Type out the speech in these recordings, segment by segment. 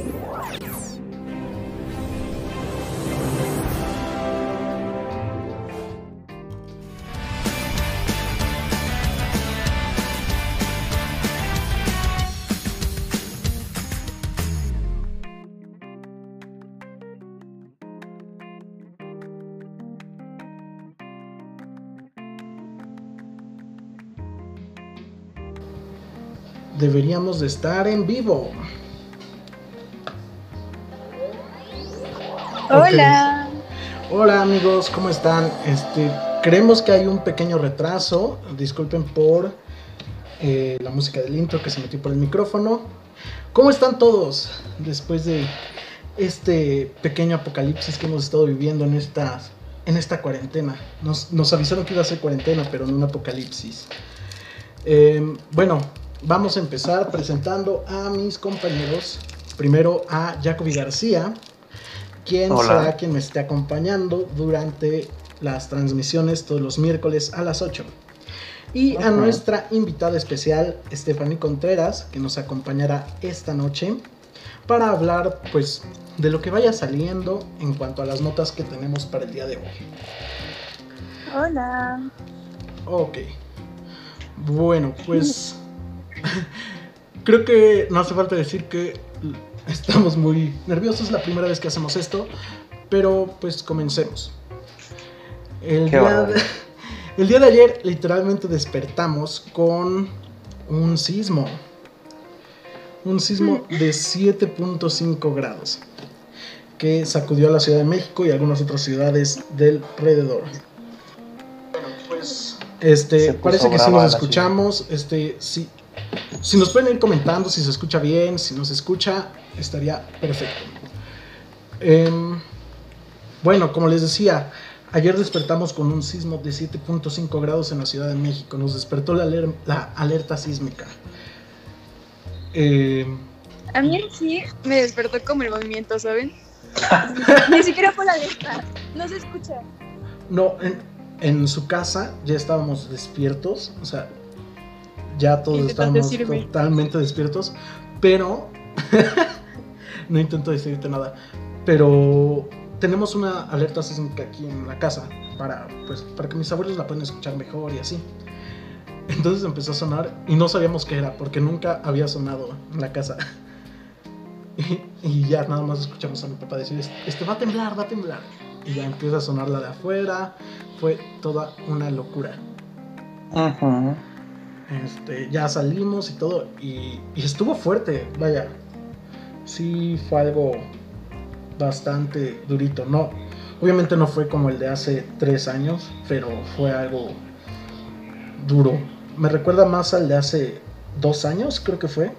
Deberíamos de estar en vivo. Hola. Okay. Hola amigos, ¿cómo están? Creemos que hay un pequeño retraso. Disculpen por la música del intro que se metió por el micrófono. ¿Cómo están todos después de este pequeño apocalipsis que hemos estado viviendo en esta cuarentena? Nos avisaron que iba a ser cuarentena, pero no un apocalipsis. Bueno, vamos a empezar presentando a mis compañeros. Primero a Jacoby García, quien será quien me esté acompañando durante las transmisiones todos los miércoles a las 8. Y a nuestra invitada especial, Stephanie Contreras, que nos acompañará esta noche para hablar pues de lo que vaya saliendo en cuanto a las notas que tenemos para el día de hoy. Hola. Ok. Bueno, pues creo que no hace falta decir que estamos muy nerviosos, la primera vez que hacemos esto, pero pues comencemos. El día de ayer literalmente despertamos con un sismo de 7.5 grados que sacudió a la Ciudad de México y algunas otras ciudades del alrededor. Bueno, pues parece que sí nos escuchamos. Si nos pueden ir comentando si se escucha bien, si no se escucha, estaría perfecto. Bueno, como les decía, ayer despertamos con un sismo de 7.5 grados en la Ciudad de México. Nos despertó la alerta sísmica. A mí sí me despertó como el movimiento, ¿saben? Ni siquiera fue la alerta, no se escucha. No, en su casa ya estábamos despiertos, o sea, ya todos estábamos totalmente despiertos, pero no intento decirte nada, pero tenemos una alerta sísmica aquí en la casa para que mis abuelos la puedan escuchar mejor y así. Entonces empezó a sonar y no sabíamos qué era porque nunca había sonado en la casa. Y ya nada más escuchamos a mi papá decir, va a temblar, y ya empieza a sonar la de afuera. Fue toda una locura. Ya salimos y todo y estuvo fuerte, vaya. Sí fue algo bastante durito. No, obviamente no fue como el de hace 3 años, pero fue algo duro. Me recuerda más al de hace 2 años, creo que fue.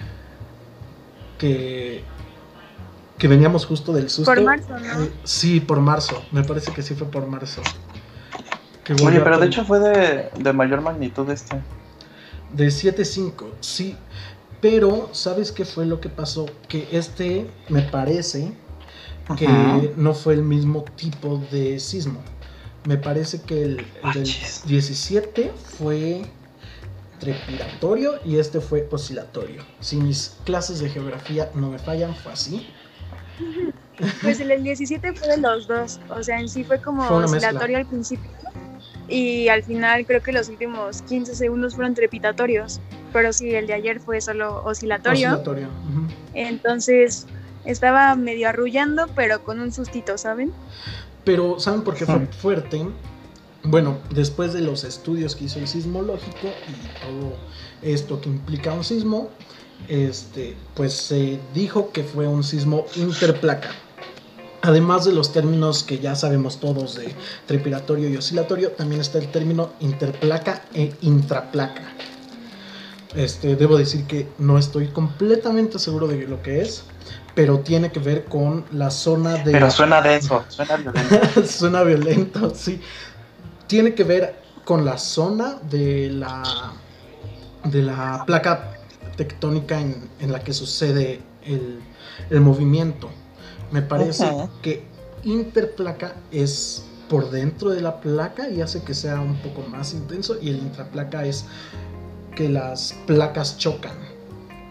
Que veníamos justo del susto. Por marzo, ¿no? Sí, por marzo. Me parece que sí fue por marzo. Oye, pero de hecho fue de mayor magnitud de 7.5, sí. Pero, ¿sabes qué fue lo que pasó? Que me parece que no fue el mismo tipo de sismo. Me parece que el del 17 fue trepidatorio y fue oscilatorio. Si mis clases de geografía no me fallan, fue así. Pues el 17 fue de los dos, o sea, en sí fue como oscilatorio al principio y al final creo que los últimos 15 segundos fueron trepidatorios, pero sí, el de ayer fue solo oscilatorio. Entonces estaba medio arrullando, pero con un sustito, ¿saben? Pero ¿saben por qué fue fuerte? Bueno, después de los estudios que hizo el sismológico y todo esto que implica un sismo, pues se dijo que fue un sismo interplaca. Además de los términos que ya sabemos todos de trepidatorio y oscilatorio, también está el término interplaca e intraplaca. Debo decir que no estoy completamente seguro de lo que es, pero tiene que ver con la zona de... Pero suena denso, suena violento. Suena violento, sí. Tiene que ver con la zona de la placa tectónica en la que sucede el movimiento. Me parece que interplaca es por dentro de la placa y hace que sea un poco más intenso, y el intraplaca es que las placas chocan.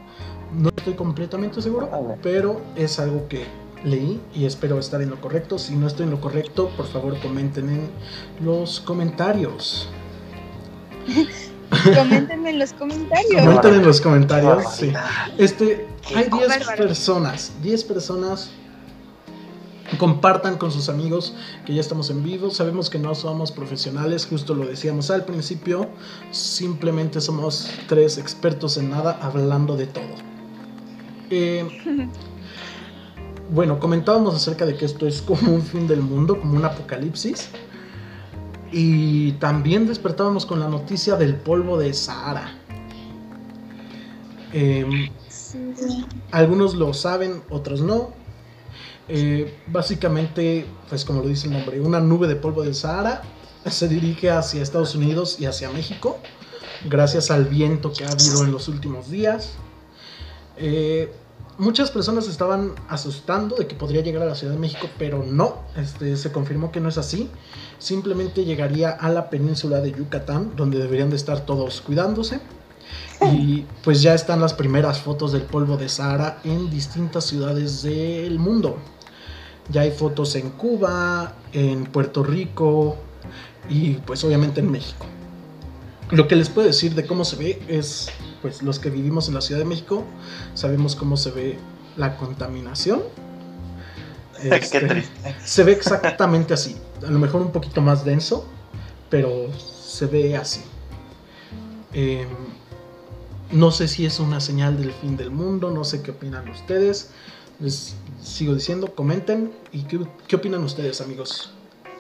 No estoy completamente seguro, pero es algo que leí y espero estar en lo correcto. Si no estoy en lo correcto, por favor comenten en los comentarios. Coméntenme en los comentarios. Comenten en los comentarios, sí. Hay 10 personas. Compartan con sus amigos que ya estamos en vivo. Sabemos que no somos profesionales, justo lo decíamos al principio. Simplemente somos 3 expertos en nada hablando de todo. Bueno, comentábamos acerca de que esto es como un fin del mundo, como un apocalipsis. Y también despertábamos con la noticia del polvo de Sahara. Algunos lo saben, otros no. Básicamente, pues como lo dice el nombre, una nube de polvo del Sahara se dirige hacia Estados Unidos y hacia México, gracias al viento que ha habido en los últimos días. Muchas personas estaban asustando de que podría llegar a la Ciudad de México, pero no, se confirmó que no es así. Simplemente llegaría a la península de Yucatán, donde deberían de estar todos cuidándose. Y pues ya están las primeras fotos del polvo de Sahara en distintas ciudades del mundo. Ya hay fotos en Cuba, en Puerto Rico y pues obviamente en México. Lo que les puedo decir de cómo se ve es, pues los que vivimos en la Ciudad de México sabemos cómo se ve la contaminación. Qué triste. Se ve exactamente así, a lo mejor un poquito más denso, pero se ve así. No sé si es una señal del fin del mundo, no sé qué opinan ustedes. Les sigo diciendo, comenten. ¿Y qué opinan ustedes, amigos?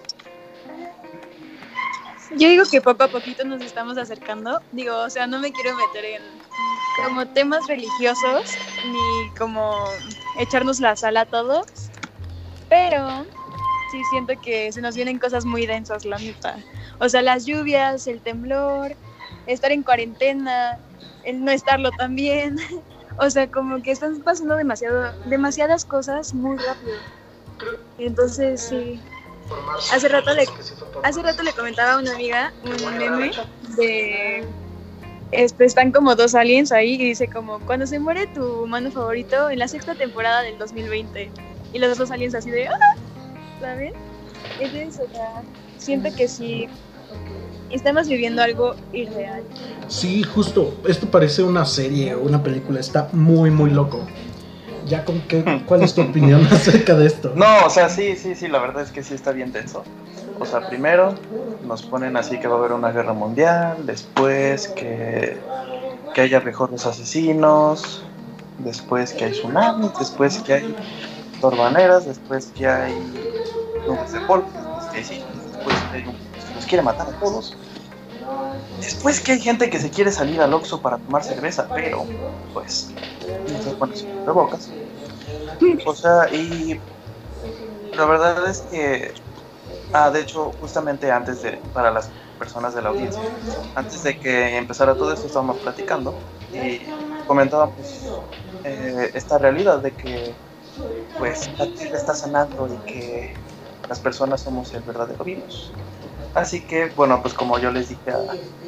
Yo digo que poco a poquito nos estamos acercando. Digo, o sea, no me quiero meter en como temas religiosos ni como echarnos la sal a todos, pero sí siento que se nos vienen cosas muy densas, la neta. O sea, las lluvias, el temblor, estar en cuarentena, el no estarlo también. O sea, como que están pasando demasiadas cosas muy rápido. Entonces, sí. Hace rato le comentaba a una amiga un meme de... están como 2 aliens ahí y dice como, cuando se muere tu humano favorito en la 6ª temporada del 2020. Y los 2 aliens así de... ¿saben? Entonces, o sea, siento que sí estamos viviendo algo irreal. Sí, justo. Esto parece una serie o una película. Está muy, muy loco. Ya, ¿cuál es tu opinión acerca de esto? No, o sea, sí, la verdad es que sí está bien tenso. O sea, primero nos ponen así que va a haber una guerra mundial, después que haya mejores asesinos, después que hay tsunamis, después que hay torbaneras, después que hay nubes de polvo, después que hay un que nos quiere matar a todos. Después que hay gente que se quiere salir al Oxxo para tomar cerveza, pero pues no se pone sus bocas. O sea, y la verdad es que de hecho, justamente para las personas de la audiencia, antes de que empezara todo esto estábamos platicando y comentábamos esta realidad de que pues la tierra está sanando y que las personas somos el verdadero virus. Así que, bueno, pues como yo les dije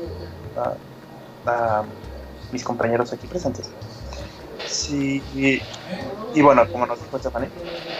a mis compañeros aquí presentes, sí, y bueno, como nos dijo Stephanie,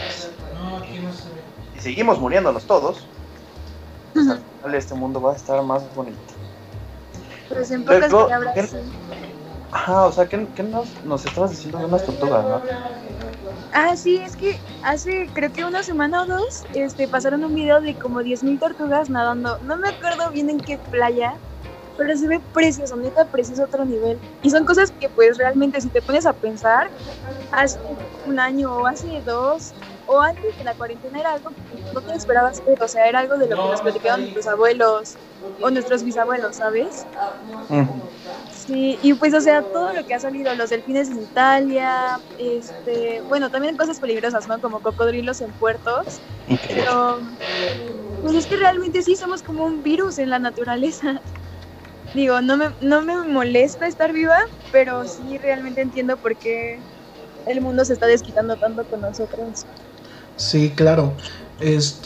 y seguimos muriéndonos todos, pues al final este mundo va a estar más bonito. Pues en pocas palabras, sí. Ajá, o sea, ¿qué nos estabas diciendo de unas tortugas, no? Sí, es que hace creo que una semana o 2 pasaron un video de como 10,000 tortugas nadando. No me acuerdo bien en qué playa, pero se ve precioso, neta, precioso a otro nivel. Y son cosas que pues realmente si te pones a pensar, hace un año o hace 2 o antes de la cuarentena era algo que no te esperabas ver. O sea, era algo de lo que nos platicaban nuestros abuelos o nuestros bisabuelos, ¿sabes? Sí, y pues, o sea, todo lo que ha salido, los delfines en Italia, bueno, también cosas peligrosas, ¿no? Como cocodrilos en puertos, pero, pues es que realmente sí somos como un virus en la naturaleza. Digo, no me molesta estar viva, pero sí realmente entiendo por qué el mundo se está desquitando tanto con nosotros. Sí, claro.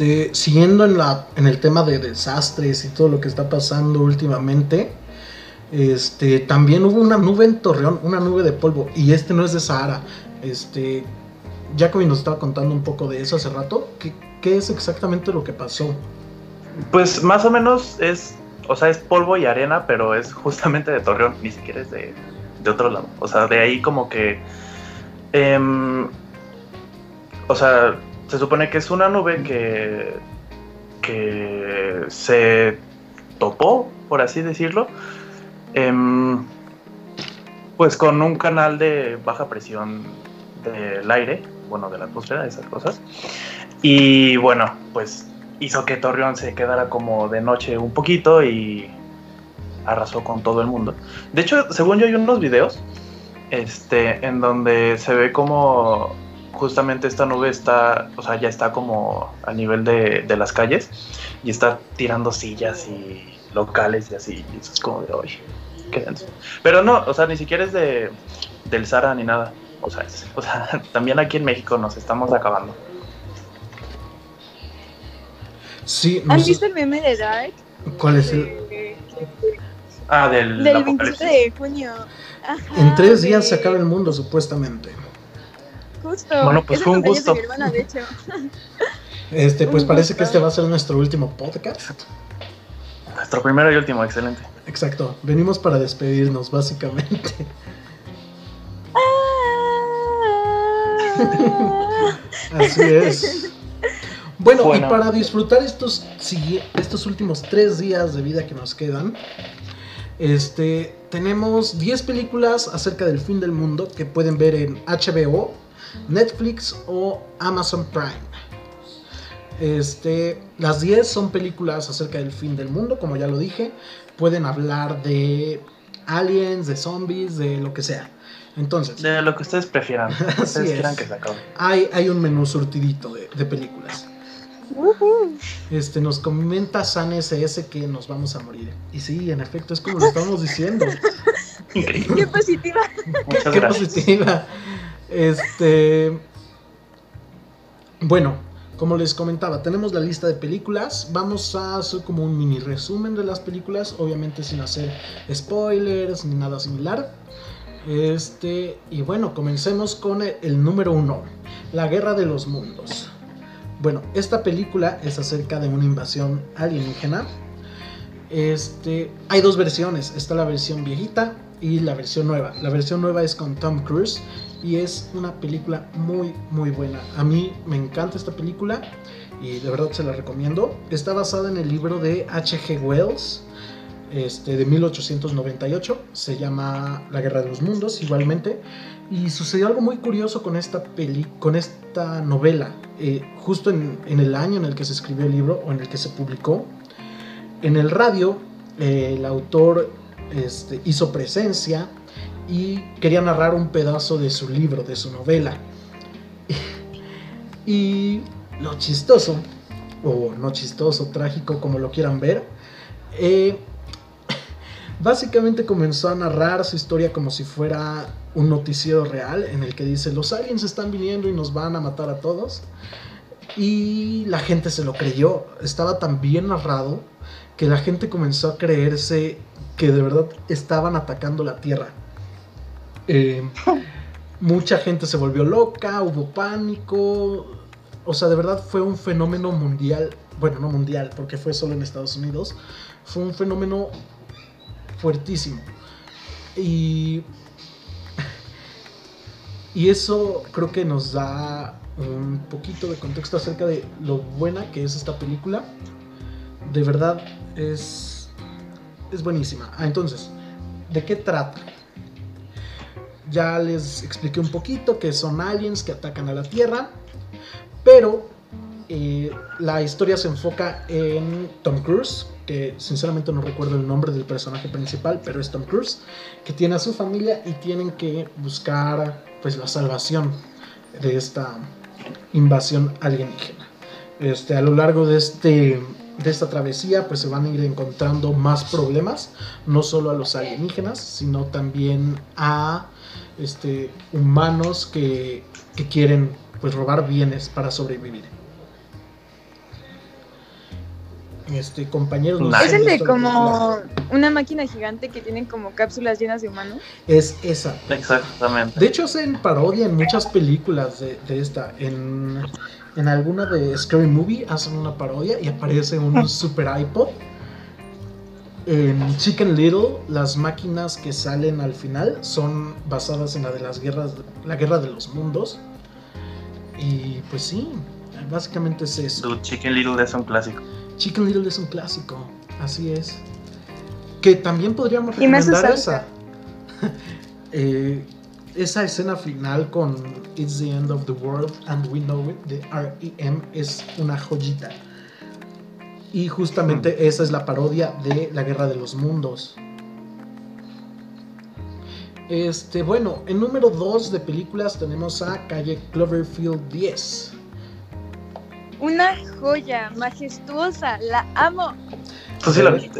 Siguiendo en el tema de desastres y todo lo que está pasando últimamente, También hubo una nube en Torreón, una nube de polvo, y no es de Sahara. Jacoby nos estaba contando un poco de eso hace rato. ¿Qué es exactamente lo que pasó? Pues más o menos es polvo y arena, pero es justamente de Torreón, ni siquiera es de otro lado. O sea, de ahí como que... se supone que es una nube que se topó, por así decirlo, pues con un canal de baja presión del aire, bueno, de la atmósfera, esas cosas. Y bueno, pues hizo que Torreón se quedara como de noche un poquito y arrasó con todo el mundo. De hecho, según yo, hay unos videos en donde se ve como justamente esta nube ya está como a nivel de las calles y está tirando sillas y locales y así. Y eso es como de hoy, qué denso. Pero no, ni siquiera es del Sahara ni nada. También aquí en México nos estamos acabando. Sí, ¿Han visto el meme de Dark? ¿Cuál es el? Del 27 de junio. Ajá, en 3 días se acaba el mundo, supuestamente. Justo. Bueno, pues fue un gusto. De mi hermana, de hecho. Pues parece que va a ser nuestro último podcast. Nuestro primero y último, excelente. Exacto, venimos para despedirnos, básicamente. Así es. Bueno, y para disfrutar estos últimos 3 días de vida que nos quedan, tenemos 10 películas acerca del fin del mundo que pueden ver en HBO, Netflix o Amazon Prime. Las 10 son películas acerca del fin del mundo, como ya lo dije. Pueden hablar de aliens, de zombies, de lo que sea. Entonces, de lo que ustedes prefieran. Ustedes quieran que se acabe. Hay un menú surtidito de películas. Nos comenta San SS que nos vamos a morir. Y sí, en efecto, es como lo estamos diciendo. Qué positiva. Muchas Qué gracias. positiva. Bueno, como les comentaba, tenemos la lista de películas. Vamos a hacer como un mini resumen de las películas, obviamente sin hacer spoilers ni nada similar. Y bueno, comencemos con el número 1, La Guerra de los Mundos. Bueno, esta película es acerca de una invasión alienígena. Hay 2 versiones, está la versión viejita y la versión nueva. La versión nueva es con Tom Cruise y es una película muy muy buena. A mí me encanta esta película y de verdad se la recomiendo. Está basada en el libro de H.G. Wells, de 1898. Se llama La Guerra de los Mundos igualmente. Y sucedió algo muy curioso con esta novela. Justo en el año en el que se escribió el libro o en el que se publicó, en el radio el autor hizo presencia y quería narrar un pedazo de su libro, de su novela. Y lo chistoso, o no chistoso, trágico, como lo quieran ver, básicamente comenzó a narrar su historia como si fuera un noticiero real en el que dice: los aliens están viniendo y nos van a matar a todos. Y la gente se lo creyó. Estaba tan bien narrado que la gente comenzó a creerse que de verdad estaban atacando la Tierra. Mucha gente se volvió loca, hubo pánico. O sea, de verdad fue un fenómeno mundial. Bueno, no mundial, porque fue solo en Estados Unidos. Fue un fenómeno fuertísimo. Y eso creo que nos da un poquito de contexto acerca de lo buena que es esta película. De verdad es buenísima. Entonces, ¿de qué trata? Ya les expliqué un poquito que son aliens que atacan a la Tierra, pero la historia se enfoca en Tom Cruise, que sinceramente no recuerdo el nombre del personaje principal, pero es Tom Cruise, que tiene a su familia y tienen que buscar pues la salvación de esta invasión alienígena. A lo largo de esta travesía pues se van a ir encontrando más problemas, no solo a los alienígenas, sino también a humanos que quieren pues robar bienes para sobrevivir. compañeros. No ¿Es el de como una máquina gigante que tiene como cápsulas llenas de humanos? Es esa. Exactamente. De hecho, hacen parodia en muchas películas de esta. En alguna de Scary Movie hacen una parodia y aparece un Super iPod. En Chicken Little, las máquinas que salen al final son basadas en la guerra de los mundos. Y pues sí, básicamente es eso. Dude, Chicken Little es un clásico. Chicken Little es un clásico, así es. Que también podríamos recomendar esa. Esa escena final con It's the End of the World and We Know It de R.E.M. es una joyita. Y justamente esa es la parodia de la Guerra de los Mundos. Bueno, en número 2 de películas tenemos a Calle Cloverfield 10. Una joya majestuosa, la amo. ¿Tú sí la viste?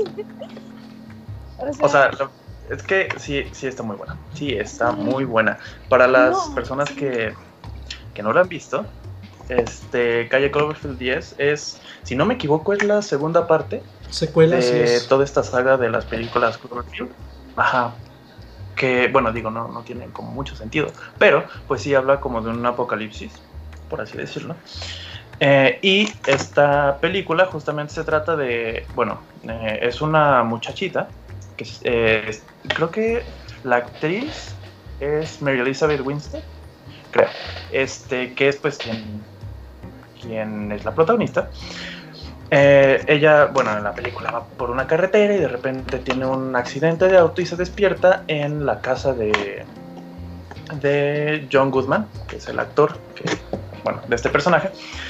O sea, es que sí está muy buena. Sí, está muy buena. Para las personas que no la han visto, Calle Cloverfield 10 es, si no me equivoco, es la segunda parte secuela de toda esta saga de las películas Cloverfield. Ajá. Que, bueno, digo, no tiene como mucho sentido, pero pues sí habla como de un apocalipsis, por así decirlo. Y esta película justamente se trata de, bueno, es una muchachita que creo que la actriz es Mary Elizabeth Winstead, creo, que es pues quien es la protagonista. Ella, bueno, en la película va por una carretera y de repente tiene un accidente de auto y se despierta en la casa de John Goodman, que es el actor de este personaje.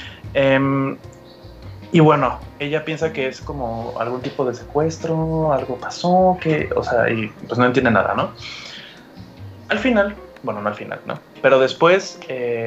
Y bueno, ella piensa que es como algún tipo de secuestro, algo pasó, y pues no entiende nada, ¿no? Al final, bueno, no al final, ¿no? Pero después,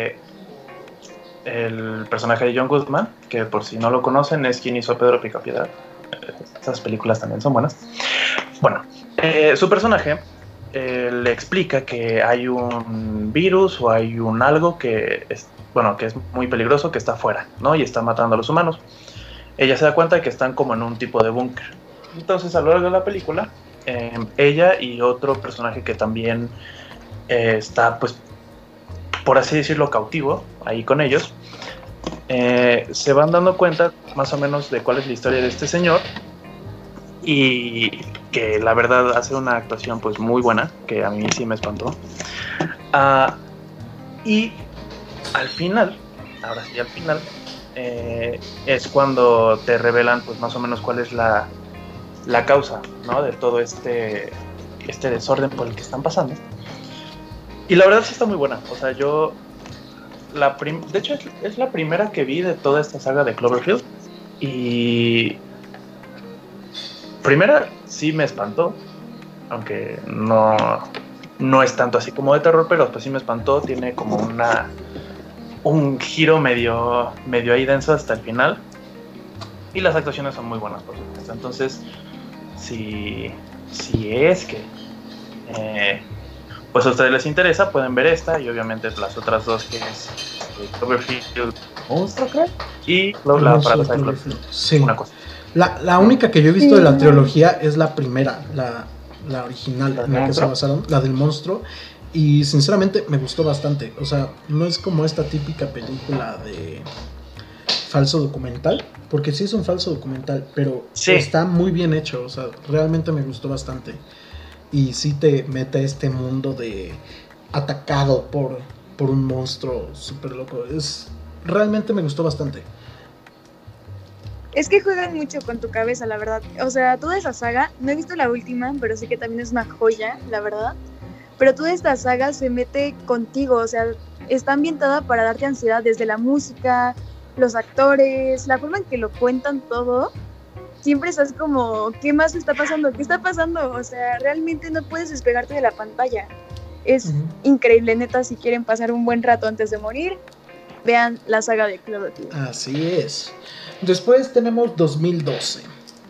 el personaje de John Goodman, que por si no lo conocen, es quien hizo a Pedro Picapiedra. Esas películas también son buenas. Bueno, su personaje le explica que hay un virus o hay un algo que es muy peligroso, que está afuera, ¿no? Y está matando a los humanos. Ella se da cuenta de que están como en un tipo de búnker. Entonces, a lo largo de la película, ella y otro personaje que también está, pues, por así decirlo, cautivo, ahí con ellos, se van dando cuenta más o menos de cuál es la historia de este señor, y que la verdad hace una actuación pues muy buena, que a mí sí me espantó. Y al final, ahora sí al final, es cuando te revelan pues más o menos cuál es la causa, ¿no? De todo este desorden por el que están pasando. Y la verdad sí está muy buena. O sea, yo de hecho es la primera que vi de toda esta saga de Cloverfield. Y primera sí me espantó, aunque no es tanto así como de terror, pero pues sí me espantó. Tiene como un giro medio ahí denso hasta el final, y las actuaciones son muy buenas, por supuesto. Entonces, si es que pues a ustedes les interesa, pueden ver esta y obviamente las otras dos, que es Cloverfield Monstruo, creo, y la Paradoja de Cloverfield. Sí. Una cosa. La única que yo he visto de la trilogía es la primera, la original, en la que se basaron, la del monstruo. Y sinceramente me gustó bastante. O sea, no es como esta típica película de falso documental, porque sí es un falso documental, pero sí está muy bien hecho. O sea, realmente me gustó bastante. Y sí te mete a este mundo de atacado por un monstruo súper loco. Realmente me gustó bastante. Es que juegan mucho con tu cabeza, la verdad. O sea, toda esa saga, no he visto la última, pero sé que también es una joya, la verdad. Pero toda esta saga se mete contigo, o sea, está ambientada para darte ansiedad, desde la música, los actores, la forma en que lo cuentan todo. Siempre estás como, ¿qué más está pasando? ¿Qué está pasando? O sea, realmente no puedes despegarte de la pantalla. Es increíble, neta, si quieren pasar un buen rato antes de morir, vean la saga de Cloverfield. Así es. Después tenemos 2012.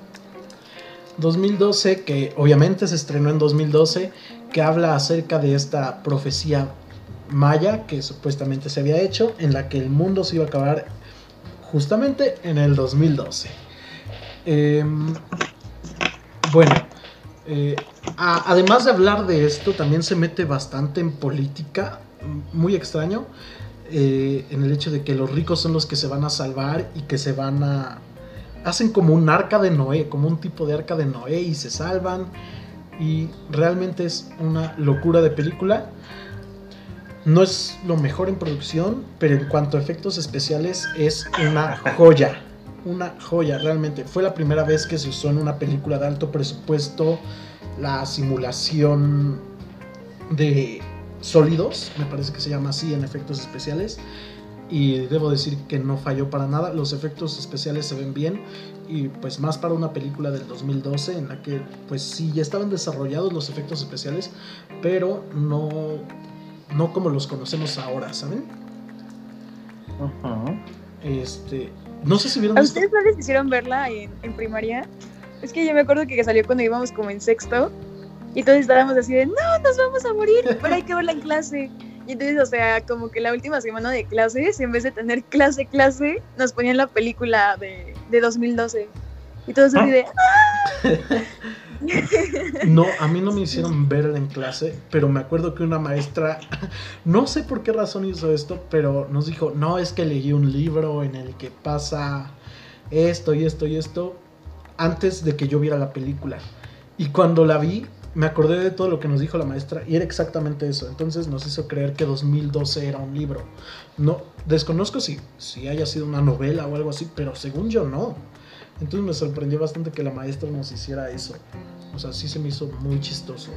2012, que obviamente se estrenó en 2012, que habla acerca de esta profecía maya que supuestamente se había hecho, en la que el mundo se iba a acabar justamente en el 2012. Bueno, además de hablar de esto, también se mete bastante en política, muy extraño, en el hecho de que los ricos son los que se van a salvar y que se van a... Hacen como un arca de Noé, como un tipo de arca de Noé y se salvan. Y realmente es una locura de película. No es lo mejor en producción, pero en cuanto a efectos especiales es una joya. Una joya, realmente. Fue la primera vez que se usó en una película de alto presupuesto la simulación de sólidos, me parece que se llama así, en efectos especiales. Y debo decir que no falló para nada. Los efectos especiales se ven bien. Y pues más para una película del 2012 en la que pues sí ya estaban desarrollados los efectos especiales, pero no como los conocemos ahora, ¿saben? No sé si vieron ¿A ustedes no les hicieron verla en primaria? Es que yo me acuerdo que salió cuando íbamos como en sexto y todos estábamos así de, no, nos vamos a morir, pero hay que verla en clase. Y entonces, o sea, como que la última semana de clases, en vez de tener clase, nos ponían la película de 2012. Y todos así de, ¡ah! No, a mí no me hicieron verla en clase, pero me acuerdo que una maestra, no sé por qué razón hizo esto, pero nos dijo, no, es que leí un libro en el que pasa esto y esto y esto, antes de que yo viera la película. Y cuando la vi, me acordé de todo lo que nos dijo la maestra y era exactamente eso. Entonces nos hizo creer que 2012 era un libro. No, desconozco si haya sido una novela o algo así, pero según yo no. Entonces me sorprendió bastante que la maestra nos hiciera eso. O sea, sí se me hizo muy chistoso.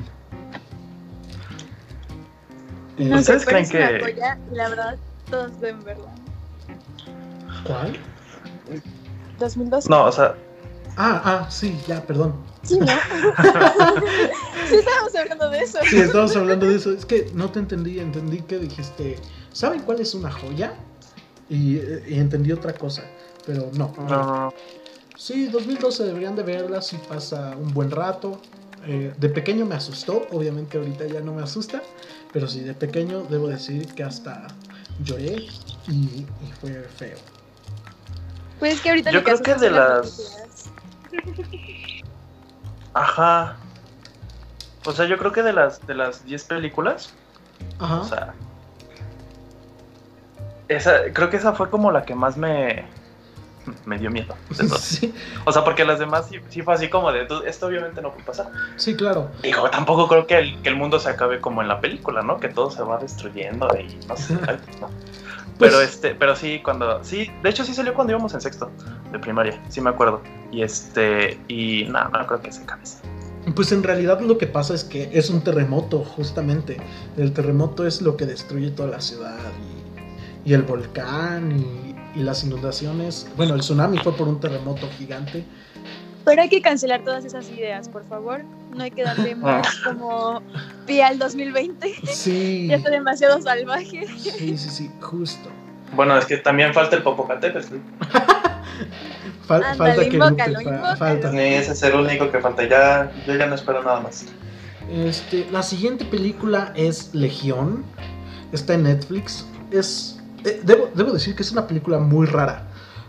No sé, pero es una joya y la verdad todos deben verla. ¿Cuál? 2012. No, o sea... sí, ya, perdón. Sí, ¿no? Sí, estábamos hablando de eso. Sí, estábamos hablando de eso. Es que no te entendí que dijiste, ¿saben cuál es una joya? Y entendí otra cosa, pero no. Sí, 2012 deberían de verla, sí pasa un buen rato. De pequeño me asustó, obviamente ahorita ya no me asusta, pero sí, de pequeño debo decir que hasta lloré y fue feo. Pues es que ahorita yo creo que de las... Ajá. O sea, yo creo que de las 10 películas, ajá. O sea, creo que esa fue como la que más me dio miedo de todas. Sí. O sea, porque las demás sí fue así como de, esto obviamente no puede pasar. Sí, claro. Digo, tampoco creo que el mundo se acabe como en la película, ¿no? Que todo se va destruyendo y no sé, ¿no? Pues, pero sí, de hecho sí salió cuando íbamos en sexto de primaria, sí me acuerdo. Y no creo que se acabe. Pues en realidad lo que pasa es que es un terremoto, justamente. El terremoto es lo que destruye toda la ciudad y el volcán y las inundaciones. Bueno, el tsunami fue por un terremoto gigante. Pero hay que cancelar todas esas ideas, por favor. No hay que darle más como pie al 2020. Sí. Ya está demasiado salvaje. Sí, justo. Bueno, es que también falta el Popocatépetl. Falta que invócalo. Falta. Sí, ese es el único que falta. Yo ya no espero nada más. La siguiente película es Legión. Está en Netflix. Debo decir que es una película muy rara.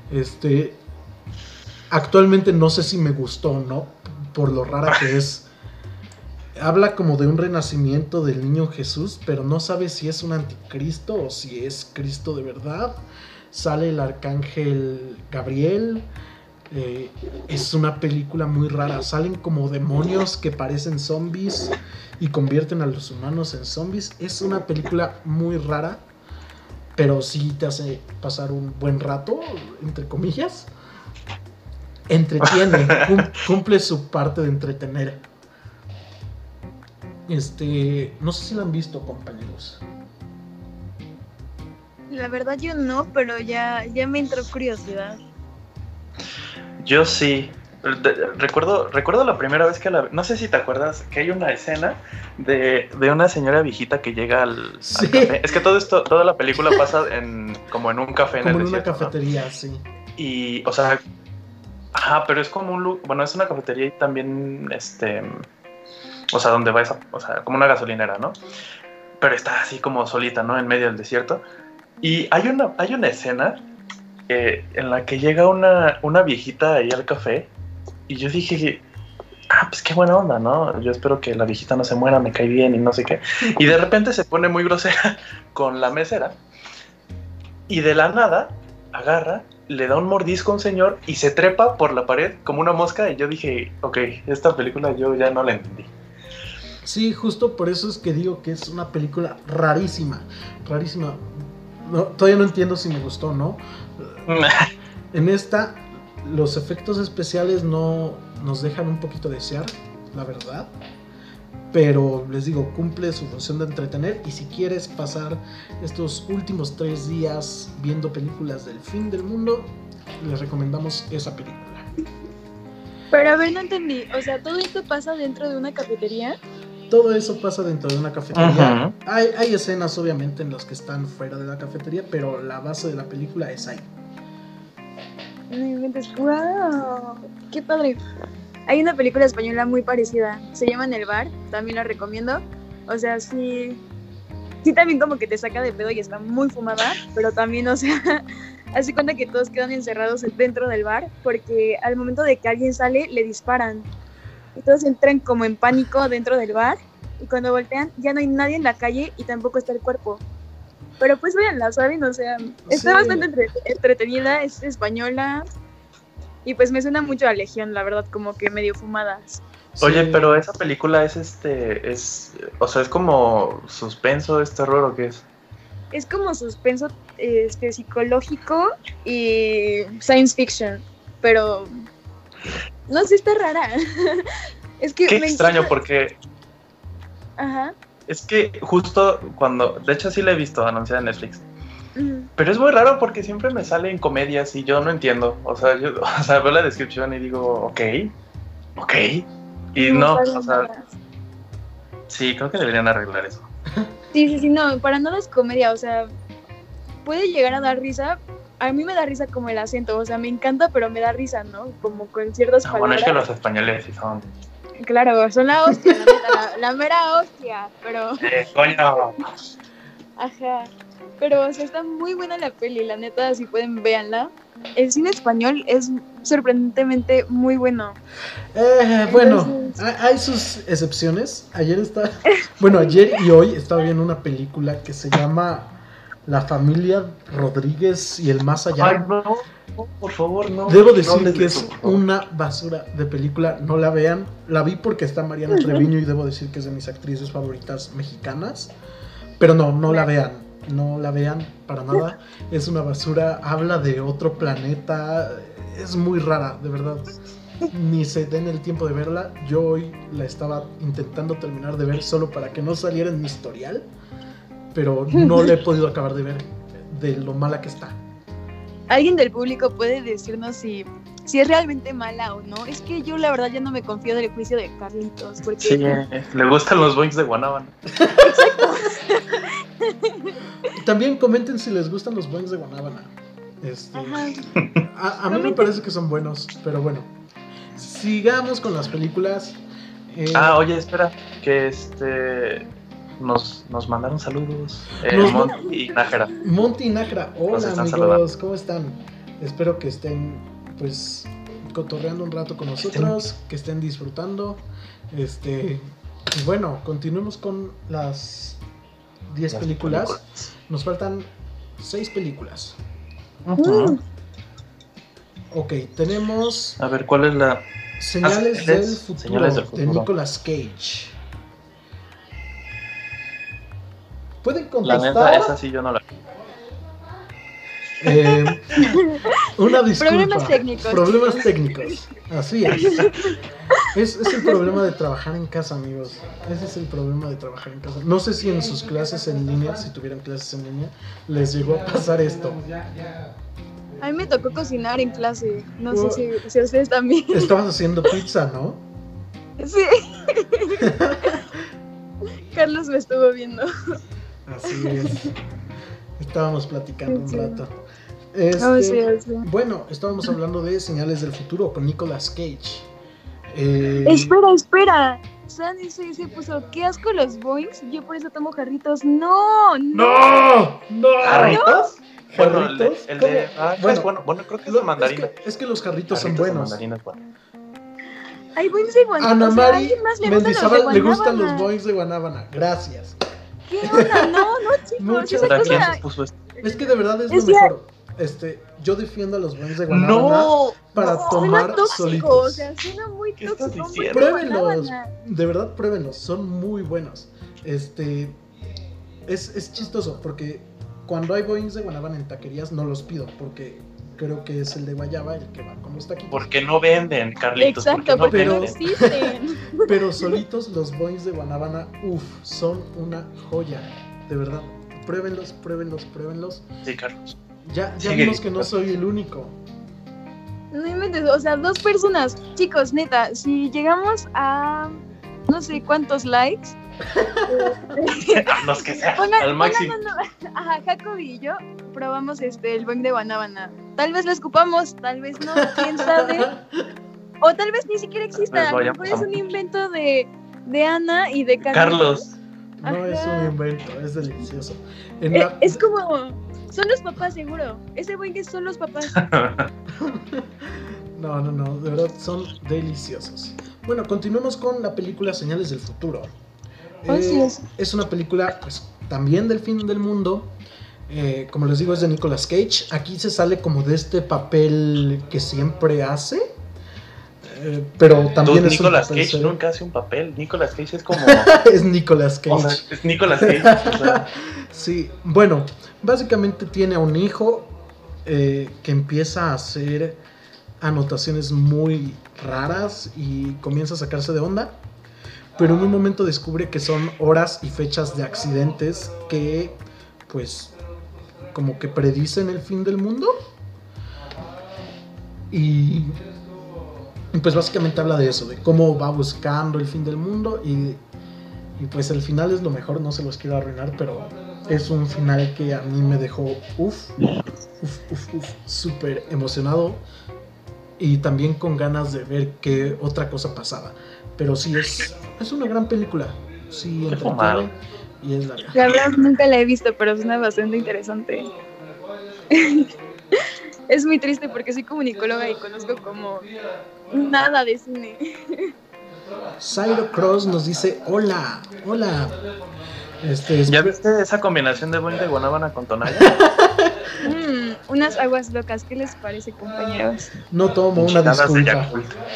Actualmente no sé si me gustó o no, por lo rara que es. Habla como de un renacimiento del niño Jesús, pero no sabe si es un anticristo o si es Cristo de verdad. Sale el arcángel Gabriel. Es una película muy rara. Salen como demonios que parecen zombies y convierten a los humanos en zombies. Es una película muy rara, pero sí te hace pasar un buen rato, entre comillas. Entretiene, cumple su parte de entretener. No sé si la han visto, compañeros. La verdad yo no, pero ya me entró curiosidad. Yo sí. Recuerdo la primera vez que no sé si te acuerdas que hay una escena de una señora viejita que llega al café. Es que toda la película pasa como en un café como en el desierto, una cafetería, ¿no? Sí. Y, o sea, pero es como es una cafetería y también, o sea, donde va o sea, como una gasolinera, ¿no? Pero está así como solita, ¿no? En medio del desierto. Y hay una escena en la que llega una viejita ahí al café y yo dije, pues qué buena onda, ¿no? Yo espero que la viejita no se muera, me cae bien y no sé qué. Y de repente se pone muy grosera con la mesera y de la nada agarra, le da un mordisco a un señor y se trepa por la pared como una mosca y yo dije, ok, esta película yo ya no la entendí. Sí, justo por eso es que digo que es una película rarísima. No, todavía no entiendo si me gustó o no. En esta, los efectos especiales no nos dejan un poquito desear, la verdad. Pero les digo, cumple su función de entretener. Y si quieres pasar estos últimos 3 días viendo películas del fin del mundo, les recomendamos esa película. Pero a ver, no entendí. O sea, ¿todo esto pasa dentro de una cafetería? Todo eso pasa dentro de una cafetería. Uh-huh. Hay escenas obviamente en las que están fuera de la cafetería, pero la base de la película es ahí. No inventes. ¡Wow! ¡Qué padre! Hay una película española muy parecida. Se llama En el bar. También la recomiendo. O sea, sí también como que te saca de pedo y está muy fumada. Pero también, o sea, hace cuenta que todos quedan encerrados dentro del bar. Porque al momento de que alguien sale, le disparan. Y todos entran como en pánico dentro del bar. Y cuando voltean, ya no hay nadie en la calle y tampoco está el cuerpo. Pero pues véanla, ¿saben? O sea, está bastante entretenida, es española. Y pues me suena mucho a Legión, la verdad, como que medio fumadas. Sí. Oye, pero esa película es o sea, es como suspenso, ¿es terror o qué es? Es como suspenso psicológico y science fiction. Pero no sé, está rara. Es que qué extraño porque... Ajá. Es que justo cuando... De hecho sí la he visto anunciada en Netflix. Pero es muy raro porque siempre me sale en comedias y yo no entiendo. O sea, veo la descripción y digo, ok. Y no, o sea... Sí, creo que deberían arreglar eso. Sí, no, para nada es comedia, o sea... Puede llegar a dar risa... A mí me da risa como el acento, o sea, me encanta, pero me da risa, ¿no? Como con ciertas palabras. Bueno, es que los españoles sí son... Claro, son la hostia, la neta, la mera hostia, pero... coño. Ajá, pero, o sea, está muy buena la peli, la neta, si pueden, véanla. El cine español es sorprendentemente muy bueno. Bueno, hay sus excepciones. Ayer y hoy estaba viendo una película que se llama La familia Rodríguez y el más allá. Ay, no, por favor, no. Debo decir que es una basura de película, no la vean. La vi porque está Mariana Treviño y debo decir que es de mis actrices favoritas mexicanas. Pero no la vean, no la vean para nada. Es una basura, habla de otro planeta, es muy rara, de verdad. Ni se den el tiempo de verla. Yo hoy la estaba intentando terminar de ver solo para que no saliera en mi historial. Pero no la he podido acabar de ver de lo mala que está. ¿Alguien del público puede decirnos si es realmente mala o no? Es que yo la verdad ya no me confío del juicio de Carlitos. Porque... Sí, le gustan los boings de Guanábana. Exacto. También comenten si les gustan los boings de Guanábana. A mí me parece que son buenos, pero bueno. Sigamos con las películas. Oye, espera, que nos mandaron saludos. Monty y Nájera. Monty y Nájera, hola amigos, saludando. ¿Cómo están? Espero que estén pues cotorreando un rato con nosotros, que estén disfrutando. Y bueno, continuemos con las 10 películas. Nos faltan 6 películas. Uh-huh. Ok, tenemos... A ver, ¿cuál es la...? Señales del futuro, de Nicolas Cage. ¿Pueden contestar? La neta, esa sí yo no la... Una disculpa. Problemas técnicos. Así es. Es el problema de trabajar en casa, amigos. Ese es el problema de trabajar en casa. No sé si en sus clases en línea, si tuvieran clases en línea, les llegó a pasar esto. A mí me tocó cocinar en clase. No sé si a ustedes también. Estabas haciendo pizza, ¿no? Sí. Carlos me estuvo viendo. Así es. Estábamos platicando un rato. Sí. Bueno, estábamos hablando de Señales del Futuro con Nicolas Cage. Espera. Sandy se puso, qué asco los boings, yo por eso tomo jarritos. ¡No! ¿Jarritos? Bueno, ¿Jarritos? el de bueno, creo que es de mandarina. Es que los jarritos son buenos. Hay boings de guanábana. Ana Mari le le gustan los boings de guanábana. Gracias. ¿Qué onda? No, chicos. Muchas gracias. Es que de verdad es lo mejor. Yo defiendo a los boings de guanábana para tomar solitos. O sea, suena muy tóxico. Pruébenlos. De verdad, pruébenlos. Son muy buenos. Es chistoso porque cuando hay boings de guanábana en taquerías no los pido porque creo que es el de guayaba el que va con los taquitos. Porque no venden, Carlitos. Exacto, porque no existen. Pero solitos los boings de guanábana, son una joya. De verdad. Pruébenlos. Sí, Carlos. Ya vimos que no soy el único. No inventes, o sea, 2 personas. Chicos, neta, si llegamos a no sé cuántos likes. A los que sea, al máximo. Ajá, Jacob y yo probamos el boing de guanábana. Tal vez lo escupamos, tal vez no, quién sabe. O tal vez ni siquiera exista. A lo mejor es un invento de Ana y de Carlos. No es un invento, es delicioso. Es como, son los papás seguro. Ese boing son los papás. No, de verdad son deliciosos. Bueno, continuemos con la película Señales del Futuro. Es una película pues también del fin del mundo. Como les digo, es de Nicolas Cage. Aquí se sale como de este papel que siempre hace. Pero también es Nicolas Cage serio. Nunca hace un papel. Nicolas Cage es como... es Nicolas Cage. O sea, es Nicolas Cage. O sea. Sí, bueno, básicamente tiene a un hijo que empieza a hacer anotaciones muy raras y comienza a sacarse de onda. Pero en un momento descubre que son horas y fechas de accidentes que, pues, como que predicen el fin del mundo. Y pues básicamente habla de eso, de cómo va buscando el fin del mundo. Y pues el final es lo mejor, no se los quiero arruinar, pero es un final que a mí me dejó súper emocionado. Y también con ganas de ver qué otra cosa pasaba. Pero sí, es una gran película. Sí, entretiene y es larga. La verdad nunca la he visto, pero suena bastante interesante. Es muy triste porque soy comunicóloga y conozco como nada de cine. Cyro Cross nos dice, hola. ¿Ya viste esa combinación de boing de guanábana con tonalla? Unas aguas locas, ¿qué les parece, compañeros? No tomo una disculpa.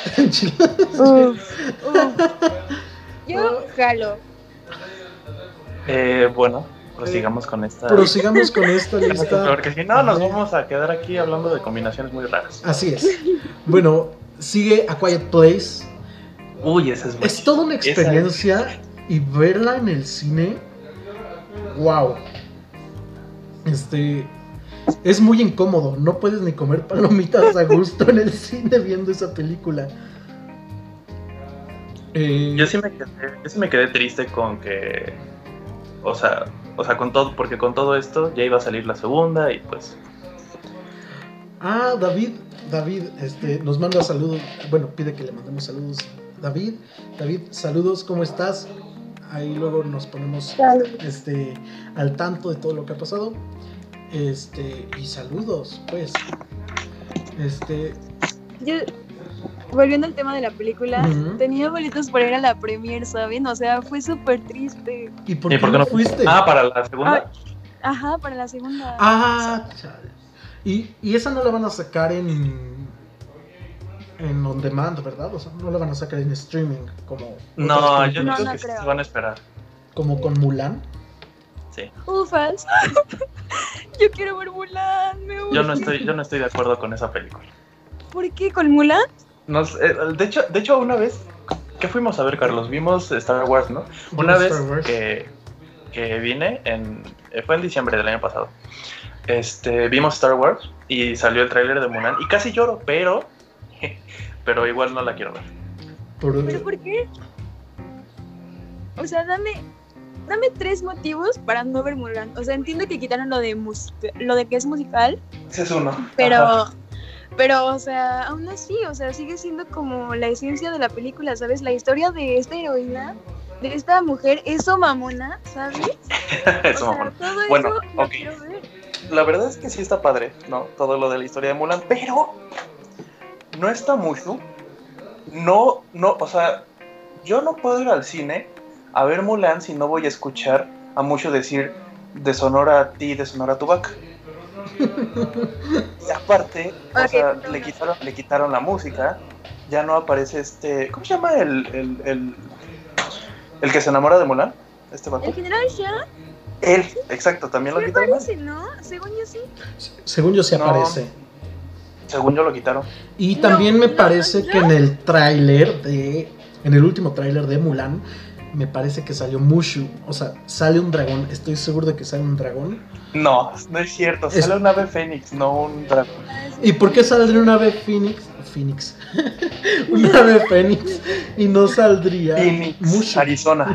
Yo jalo. Bueno, prosigamos con esta lista. Porque si no, nos vamos a quedar aquí hablando de combinaciones muy raras. Así es. Bueno, sigue A Quiet Place. Uy, esa es buena. Es toda una experiencia y verla en el cine. Wow. Es muy incómodo, no puedes ni comer palomitas a gusto en el cine viendo esa película. Yo sí me quedé triste con que, o sea, con todo, porque con todo esto ya iba a salir la segunda y pues. David, nos manda saludos. Bueno, pide que le mandemos saludos. David, saludos, ¿cómo estás? Ahí luego nos ponemos al tanto de todo lo que ha pasado. Y saludos, pues. Yo, volviendo al tema de la película, tenía boletos para ir a la premier, ¿saben? O sea, fue súper triste. ¿Y por qué no fuiste? ¿Para la segunda? Ajá, para la segunda. Y esa no la van a sacar en on demand, ¿verdad? O sea, no la van a sacar en streaming como... No, yo creo que sí se van a esperar. ¿Como con Mulan? Sí. Ufas. Yo quiero ver Mulan. Yo no estoy de acuerdo con esa película. ¿Por qué? ¿Con Mulan? No sé, de hecho, una vez, ¿qué fuimos a ver, Carlos? Vimos Star Wars, ¿no? Una vez que vine, fue en diciembre del año pasado. Vimos Star Wars y salió el tráiler de Mulan y casi lloro, pero igual no la quiero ver. ¿Pero por qué? O sea, dame 3 motivos para no ver Mulan. O sea, entiendo que quitaron lo de que es musical. Ese es uno. Pero, o sea, aún así, o sea, sigue siendo como la esencia de la película, ¿sabes? La historia de esta heroína, de esta mujer, es mamona, ¿sabes? Eso mamona. Todo bueno, eso ok. quiero ver. la verdad es que sí está padre, ¿no? Todo lo de la historia de Mulan, pero no está Mushu. No, o sea, yo no puedo ir al cine a ver Mulan si no voy a escuchar a Mushu decir de Sonora a ti, de Sonora a tu vaca. Y aparte, o sea, le quitaron la música, ya no aparece ¿cómo se llama el que se enamora de Mulan? Vato. ¿El general Shao? Él, exacto, también lo quitaron. Aparece, ¿no? Según yo sí. Según yo sí aparece. Según yo lo quitaron. Y también me parece que en el último tráiler de Mulan, me parece que salió Mushu. O sea, sale un dragón. Estoy seguro de que sale un dragón. No es cierto. Sale un ave fénix, no un dragón. ¿Y por qué saldría un ave fénix? Un ave fénix. Y no saldría Mushu. Arizona.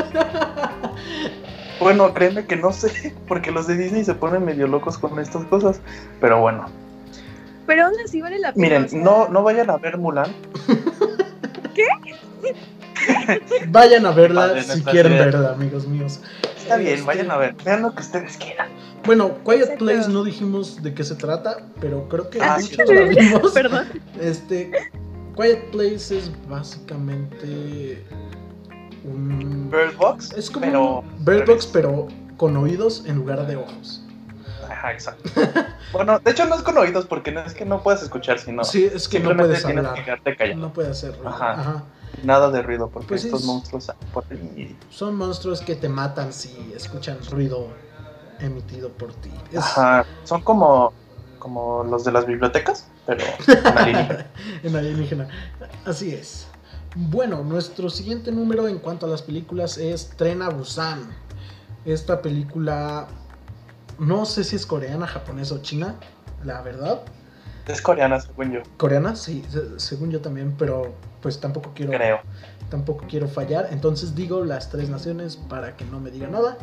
Bueno, créeme que no sé, porque los de Disney se ponen medio locos con estas cosas. Pero bueno. Pero aún así vale la pena. Miren, no vayan a ver Mulan. ¿Qué? Vayan a verla si quieren verla, amigos míos. Está bien, vayan a ver. Vean lo que ustedes quieran. Bueno, Quiet Place no dijimos de qué se trata, pero creo que muchos la vimos. Perdón. Quiet Place es básicamente un Bird Box. Es como un Bird Box, pero con oídos en lugar de ojos. Ajá, exacto. Bueno, de hecho no es con oídos porque no es que no puedes escuchar, sino sí, es que no puedes hablar. Que quedarte callado. No puedes hacer ruido. Ajá. Nada de ruido porque pues estos monstruos son monstruos que te matan si escuchan ruido emitido por ti. Ajá. Son como los de las bibliotecas, pero en alienígena. En alienígena. Así es. Bueno, nuestro siguiente número en cuanto a las películas es Tren a Busan. Esta película no sé si es coreana, japonesa o china, la verdad. Es coreana, según yo. ¿Coreana? Sí, según yo también, pero pues tampoco quiero fallar. Entonces digo las 3 naciones para que no me diga nada.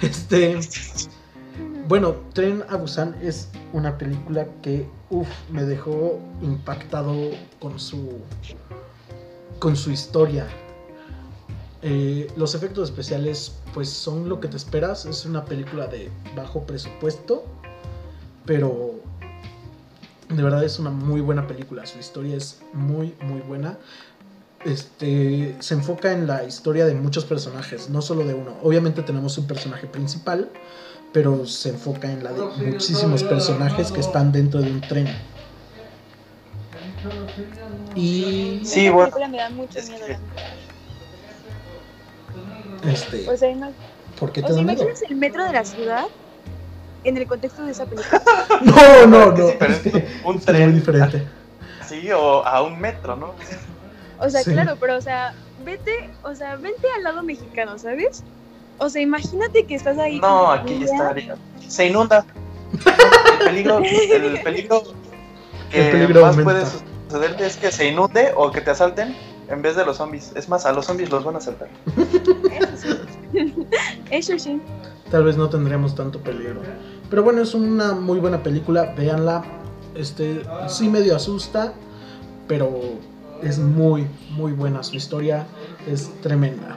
Bueno, Tren a Busan es una película que me dejó impactado con su historia. Los efectos especiales pues son lo que te esperas. Es una película de bajo presupuesto, pero de verdad es una muy buena película. Su historia es muy muy buena. Se enfoca en la historia de muchos personajes, no solo de uno. Obviamente tenemos un personaje principal, pero se enfoca en la de muchísimos personajes que están dentro de un tren. Y sí, bueno, película me da mucho miedo. O sea, ¿por qué te da miedo? ¿Imaginas el metro de la ciudad en el contexto de esa película? No. Un tren es muy diferente. Sí, o a un metro, ¿no? O sea, sí. Claro, pero o sea, vente al lado mexicano, ¿sabes? O sea, imagínate que estás ahí. No, aquí ya estaría. Se inunda. El peligro que más aumenta. Puede sucederte es que se inunde o que te asalten en vez de los zombies. Es más, a los zombies los van a asaltar. Eso sí. Tal vez no tendríamos tanto peligro. Pero bueno, es una muy buena película. Véanla. Sí medio asusta, pero es muy, muy buena. Su historia es tremenda.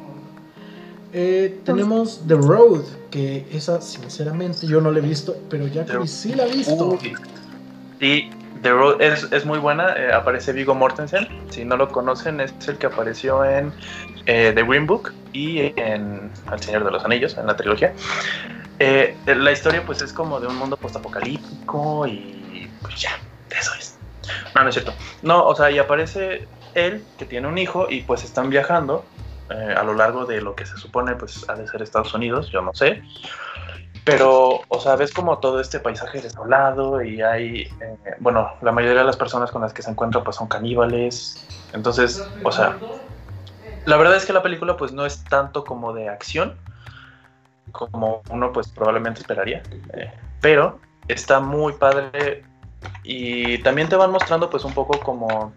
Tenemos The Road, que esa sinceramente yo no la he visto, pero Jacoby sí la ha visto. Sí, The Road es muy buena. Aparece Viggo Mortensen. Si no lo conocen, es el que apareció en The Green Book y en El Señor de los Anillos, en la trilogía. La historia pues es como de un mundo postapocalíptico y pues ya, eso es. No es cierto. No, o sea, y aparece él, que tiene un hijo, y pues están viajando a lo largo de lo que se supone pues ha de ser Estados Unidos, yo no sé. Pero, o sea, ves como todo este paisaje desolado y hay, bueno, la mayoría de las personas con las que se encuentran pues son caníbales. Entonces, o sea, la verdad es que la película pues no es tanto como de acción como uno pues probablemente esperaría, pero está muy padre y también te van mostrando pues un poco como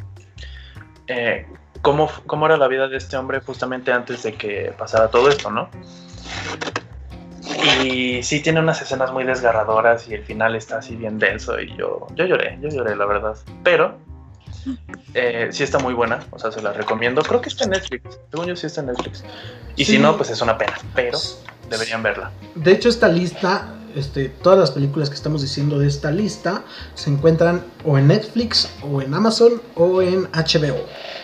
cómo era la vida de este hombre justamente antes de que pasara todo esto, ¿no? Y sí tiene unas escenas muy desgarradoras y el final está así bien denso y yo lloré la verdad, pero sí está muy buena, o sea, se la recomiendo. Creo que está en Netflix, según yo sí está en Netflix. Y sí. Si no, pues es una pena, pero deberían verla. De hecho, esta lista todas las películas que estamos diciendo de esta lista se encuentran o en Netflix, o en Amazon, o en HBO.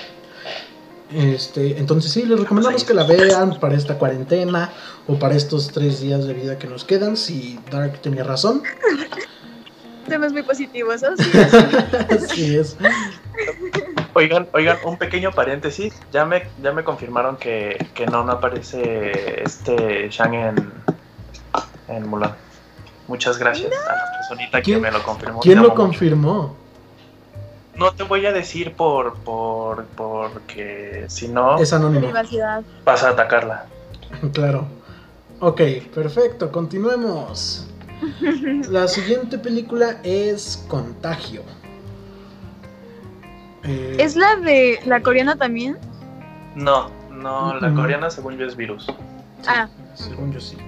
Entonces sí, les recomendamos que la vean para esta cuarentena o para estos 3 días de vida que nos quedan. Si Dark tenía razón. Temas muy positivos, ¿no? Sí, así es. Oigan, un pequeño paréntesis. Ya me confirmaron que no aparece Shang en Mulan. Muchas gracias a la personita que me lo confirmó. ¿Quién lo confirmó? No te voy a decir porque si no es anónimo. Vas a atacarla. Claro. Ok, perfecto, continuemos. La siguiente película es Contagio. ¿Es la de la coreana también? No, la coreana según yo es Virus. Sí, según yo sí.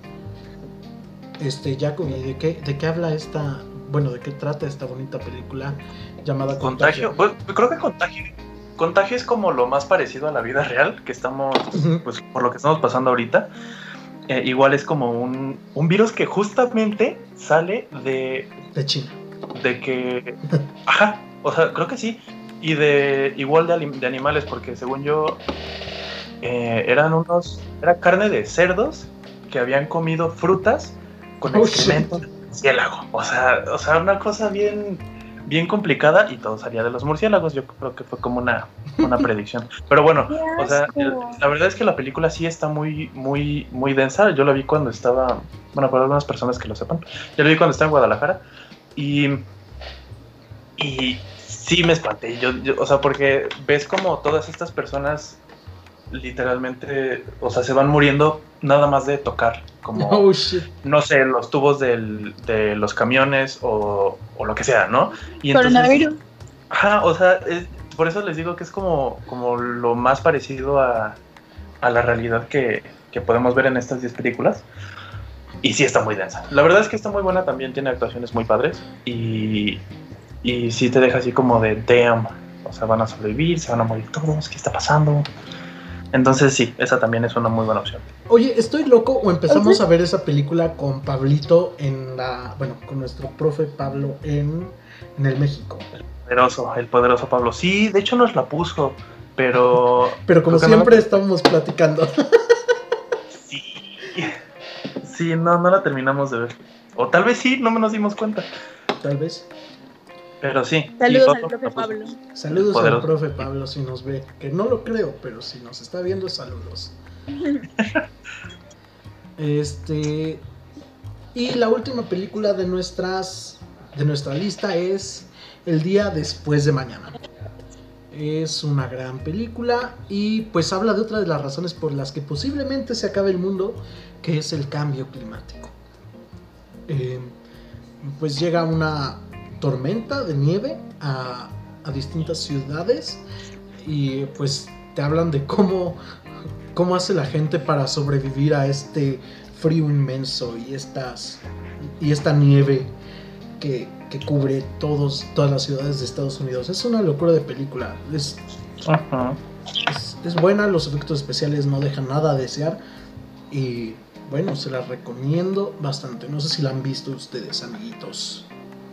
Jacobi, ¿de qué habla esta? Bueno, ¿de qué trata esta bonita película llamada Contagio? Pues, creo que Contagio es como lo más parecido a la vida real que estamos, pues por lo que estamos pasando ahorita. Igual es como un virus que justamente sale de China. De que, ajá, o sea, creo que sí. Y igual de animales, porque según yo era carne de cerdos que habían comido frutas con excremento de murciélago. O sea, una cosa bien complicada, y todo salía de los murciélagos. Yo creo que fue como una predicción. Pero bueno, o sea, la verdad es que la película sí está muy, muy, muy densa. Yo la vi cuando estaba, bueno, para algunas personas que lo sepan, yo la vi cuando estaba en Guadalajara, y sí me espanté. Yo, o sea, porque ves como todas estas personas literalmente, o sea, se van muriendo nada más de tocar, como, no sé, los tubos de los camiones o lo que sea, ¿no? Y entonces, coronavirus. Ajá, o sea, por eso les digo que es como lo más parecido a la realidad que podemos ver en estas 10 películas. Y sí está muy densa. La verdad es que está muy buena también, tiene actuaciones muy padres. Y sí te deja así como de damn. O sea, van a sobrevivir, se van a morir todos, ¿qué está pasando? Entonces sí, esa también es una muy buena opción. Oye, ¿estoy loco o empezamos a ver esa película con Pablito con nuestro profe Pablo en el México? El poderoso Pablo. Sí, de hecho nos la puso, pero como siempre estamos platicando. Sí, no la terminamos de ver. O tal vez sí, no nos dimos cuenta. Tal vez. Pero sí. Saludos al profe Pablo. Saludos al profe Pablo si nos ve. Que no lo creo, pero si nos está viendo, saludos. Y la última película de nuestra lista es El día después de mañana. Es una gran película y pues habla de otra de las razones por las que posiblemente se acabe el mundo, que es el cambio climático. Pues llega una tormenta de nieve a distintas ciudades y pues te hablan de cómo hace la gente para sobrevivir a este frío inmenso y esta nieve que cubre todas las ciudades de Estados Unidos. Es una locura de película. Es buena, los efectos especiales no dejan nada a desear y bueno, se la recomiendo bastante. No sé si la han visto ustedes, amiguitos.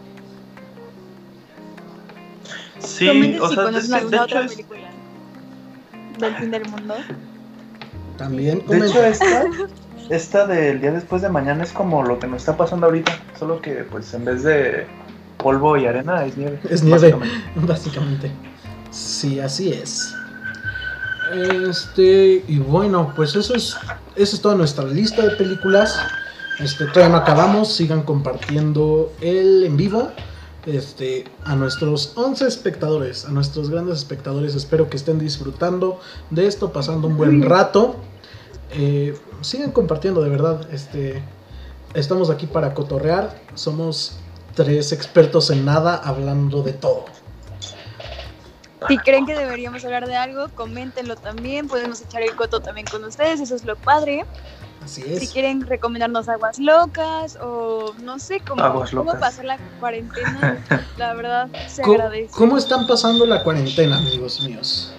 Sí, o sea, ¿conoces alguna otra película del fin del mundo? También comenta. De hecho, esta del día después de mañana es como lo que nos está pasando ahorita, solo que pues en vez de polvo y arena es nieve. Es nieve, básicamente. Sí, así es. Y bueno, pues eso es toda nuestra lista de películas. Todavía no acabamos, sigan compartiendo el en vivo. A nuestros 11 espectadores, a nuestros grandes espectadores, espero que estén disfrutando de esto, pasando un buen rato. Sigan compartiendo, de verdad. Estamos aquí para cotorrear. Somos 3 expertos en nada hablando de todo. Si creen que deberíamos hablar de algo, coméntenlo también. Podemos echar el coto también con ustedes, eso es lo padre. Así es. Si quieren recomendarnos aguas locas o no sé cómo pasar la cuarentena, la verdad se agradece. ¿Cómo están pasando la cuarentena, amigos míos?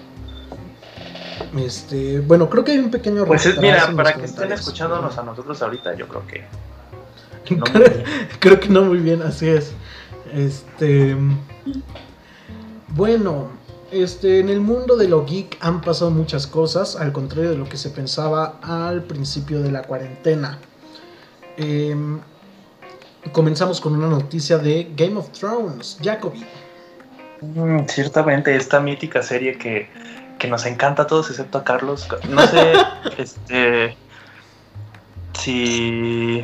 Bueno, creo que hay un pequeño retraso. Pues mira, para que estén escuchándonos a nosotros ahorita, yo creo que No muy bien. Creo que no muy bien, así es. Bueno, en el mundo de lo geek han pasado muchas cosas, al contrario de lo que se pensaba al principio de la cuarentena. Comenzamos con una noticia de Game of Thrones, Jacoby. Ciertamente, esta mítica serie que nos encanta a todos excepto a Carlos. No sé, si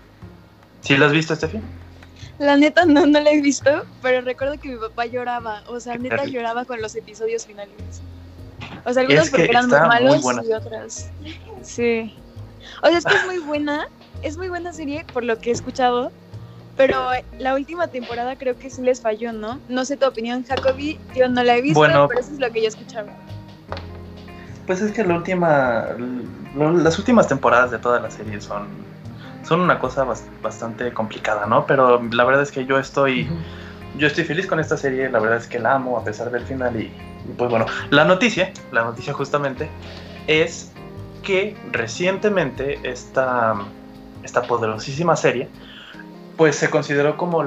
la has visto, Estefi. La neta no la he visto, pero recuerdo que mi papá lloraba, o sea, neta lloraba con los episodios finales. O sea, algunos porque eran muy malos y otras. Sí. O sea, es que es muy buena serie por lo que he escuchado, pero la última temporada creo que sí les falló, ¿no? No sé tu opinión, Jacoby, yo no la he visto, pero eso es lo que yo escuchaba. Pues es que las últimas temporadas de toda la serie son una cosa bastante complicada, ¿no? Pero la verdad es que yo estoy feliz con esta serie, la verdad es que la amo a pesar del final y pues bueno, la noticia justamente es que recientemente esta poderosísima serie pues se consideró como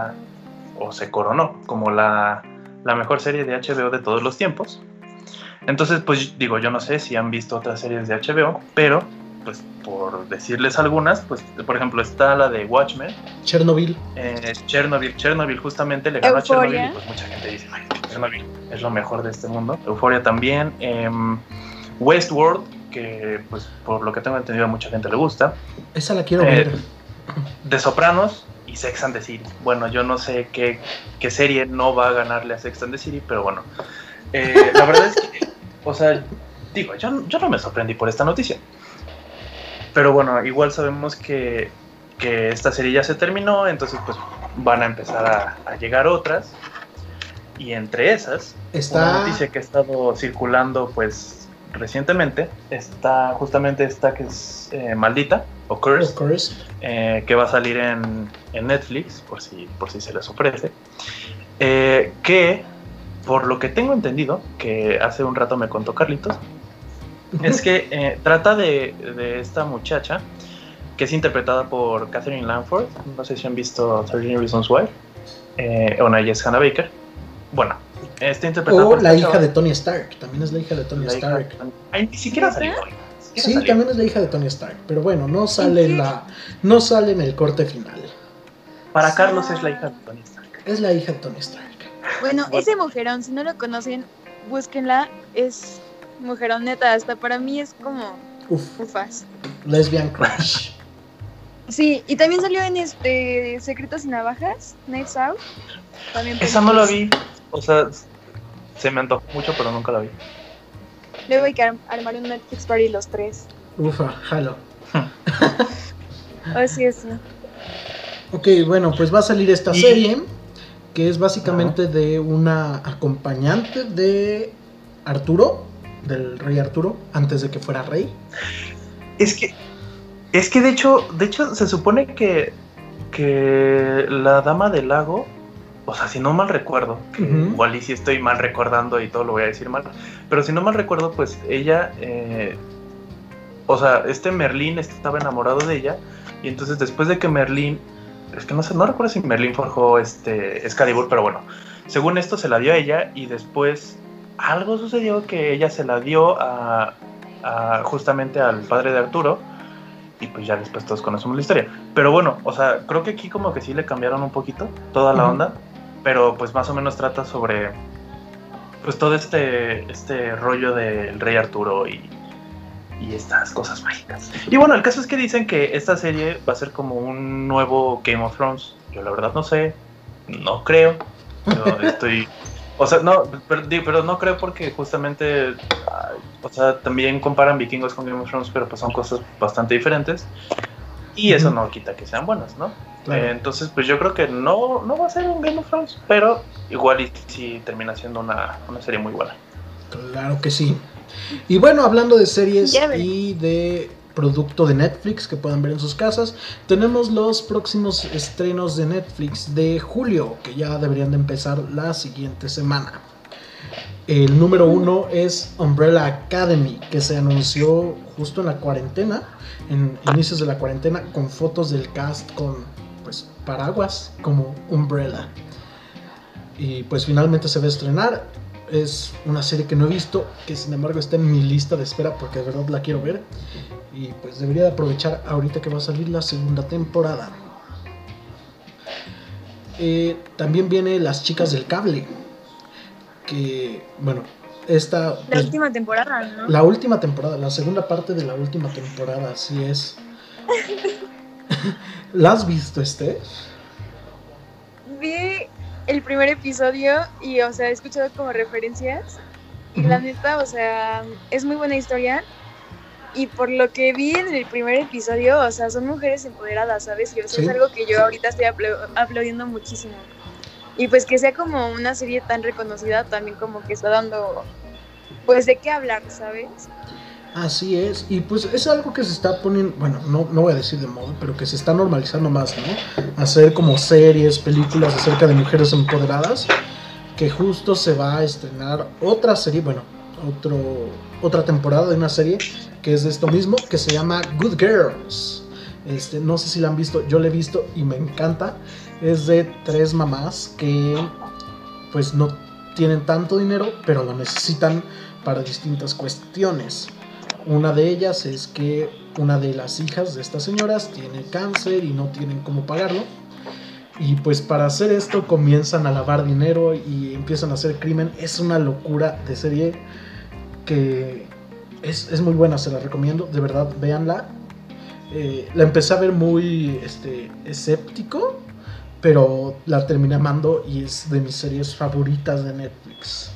se coronó como la mejor serie de HBO de todos los tiempos. Entonces, pues digo, yo no sé si han visto otras series de HBO, pero pues por decirles algunas, pues por ejemplo está la de Watchmen, Chernobyl, justamente le ganó a Chernobyl y pues mucha gente dice, ay, Chernobyl es lo mejor de este mundo. Euphoria también, Westworld, que pues por lo que tengo entendido a mucha gente le gusta. Esa la quiero ver. The Sopranos y Sex and the City. Bueno, yo no sé qué serie no va a ganarle a Sex and the City, pero bueno, la verdad es que, o sea, digo, yo no me sorprendí por esta noticia. Pero bueno, igual sabemos que esta serie ya se terminó, entonces pues van a empezar a llegar otras. Y entre esas, una noticia que ha estado circulando pues recientemente, está justamente esta que es Maldita, o Cursed. Que va a salir en Netflix, por si se les ofrece. Que, por lo que tengo entendido, que hace un rato me contó Carlitos, es que trata de esta muchacha que es interpretada por Catherine Langford. No sé si han visto 13 Reasons Why. Ella es Hannah Baker. Bueno, está interpretada por la hija de Tony Stark. También es la hija de Tony Stark. Ay, ni siquiera salió. Sí, también es la hija de Tony Stark. Pero bueno, no sale en el corte final. Para Carlos es la hija de Tony Stark. Es la hija de Tony Stark. Bueno, ese mujerón, si no lo conocen, búsquenla. Es mujerón neta, hasta para mí es como ufas. Lesbian crush. Sí, y también salió en Secretos y Navajas, Knives Out. También esa no la vi, o sea, se me antojó mucho, pero nunca la vi. Luego hay que armar un Netflix party los tres. Ufa, jalo. Sí. Ok, bueno, pues va a salir esta serie, que es básicamente de una acompañante de Arturo, del rey Arturo, antes de que fuera rey. Es que de hecho se supone que la Dama del Lago, o sea, si no mal recuerdo, igual y si estoy mal recordando y todo lo voy a decir mal, pero si no mal recuerdo, pues ella, o sea, Merlín estaba enamorado de ella, y entonces después de que Merlín, es que no recuerdo si Merlín forjó Excalibur, pero bueno, según esto se la dio a ella, y después algo sucedió que ella se la dio a justamente al padre de Arturo, y pues ya después todos conocemos la historia. Pero bueno, o sea, creo que aquí como que sí le cambiaron un poquito toda la onda, pero pues más o menos trata sobre pues todo este rollo del rey Arturo y estas cosas mágicas. Y bueno, el caso es que dicen que esta serie va a ser como un nuevo Game of Thrones. Yo la verdad no sé, no creo. Yo estoy... O sea, no, pero no creo porque justamente, o sea, también comparan Vikingos con Game of Thrones, pero pues son cosas bastante diferentes. Y eso no quita que sean buenas, ¿no? Claro. Entonces, pues yo creo que no va a ser un Game of Thrones, pero igual y sí termina siendo una serie muy buena. Claro que sí. Y bueno, hablando de series y de producto de Netflix que puedan ver en sus casas, tenemos los próximos estrenos de Netflix de julio, que ya deberían de empezar la siguiente semana. El número 1 es Umbrella Academy, que se anunció justo en la cuarentena, en inicios de la cuarentena, con fotos del cast con pues paraguas como Umbrella. Y pues finalmente se va a estrenar. Es una serie que no he visto, que sin embargo está en mi lista de espera porque de verdad la quiero ver. Y pues debería de aprovechar ahorita que va a salir la segunda temporada. También viene Las Chicas del Cable, que bueno, esta... La última temporada, ¿no? La última temporada, la segunda parte de la última temporada, así es. ¿La has visto, Vi el primer episodio y, o sea, he escuchado como referencias y la neta, o sea, es muy buena historia y por lo que vi en el primer episodio, o sea, son mujeres empoderadas, ¿sabes? Y o sea, ¿Sí? Es algo que yo ahorita estoy aplaudiendo muchísimo. Y pues que sea como una serie tan reconocida también como que está dando, pues, de qué hablar, ¿sabes? Así es, y pues es algo que se está poniendo, bueno, no voy a decir de moda, pero que se está normalizando más, ¿no? Hacer como series, películas acerca de mujeres empoderadas, que justo se va a estrenar otra serie, bueno, otra temporada de una serie que es de esto mismo, que se llama Good Girls. No sé si la han visto, yo la he visto y me encanta. Es de 3 mamás que pues no tienen tanto dinero, pero lo necesitan para distintas cuestiones. Una de ellas es que una de las hijas de estas señoras tiene cáncer y no tienen cómo pagarlo. Y pues para hacer esto comienzan a lavar dinero y empiezan a hacer crimen. Es una locura de serie que es muy buena, se la recomiendo, de verdad, véanla. La empecé a ver muy escéptico, pero la terminé amando y es de mis series favoritas de Netflix.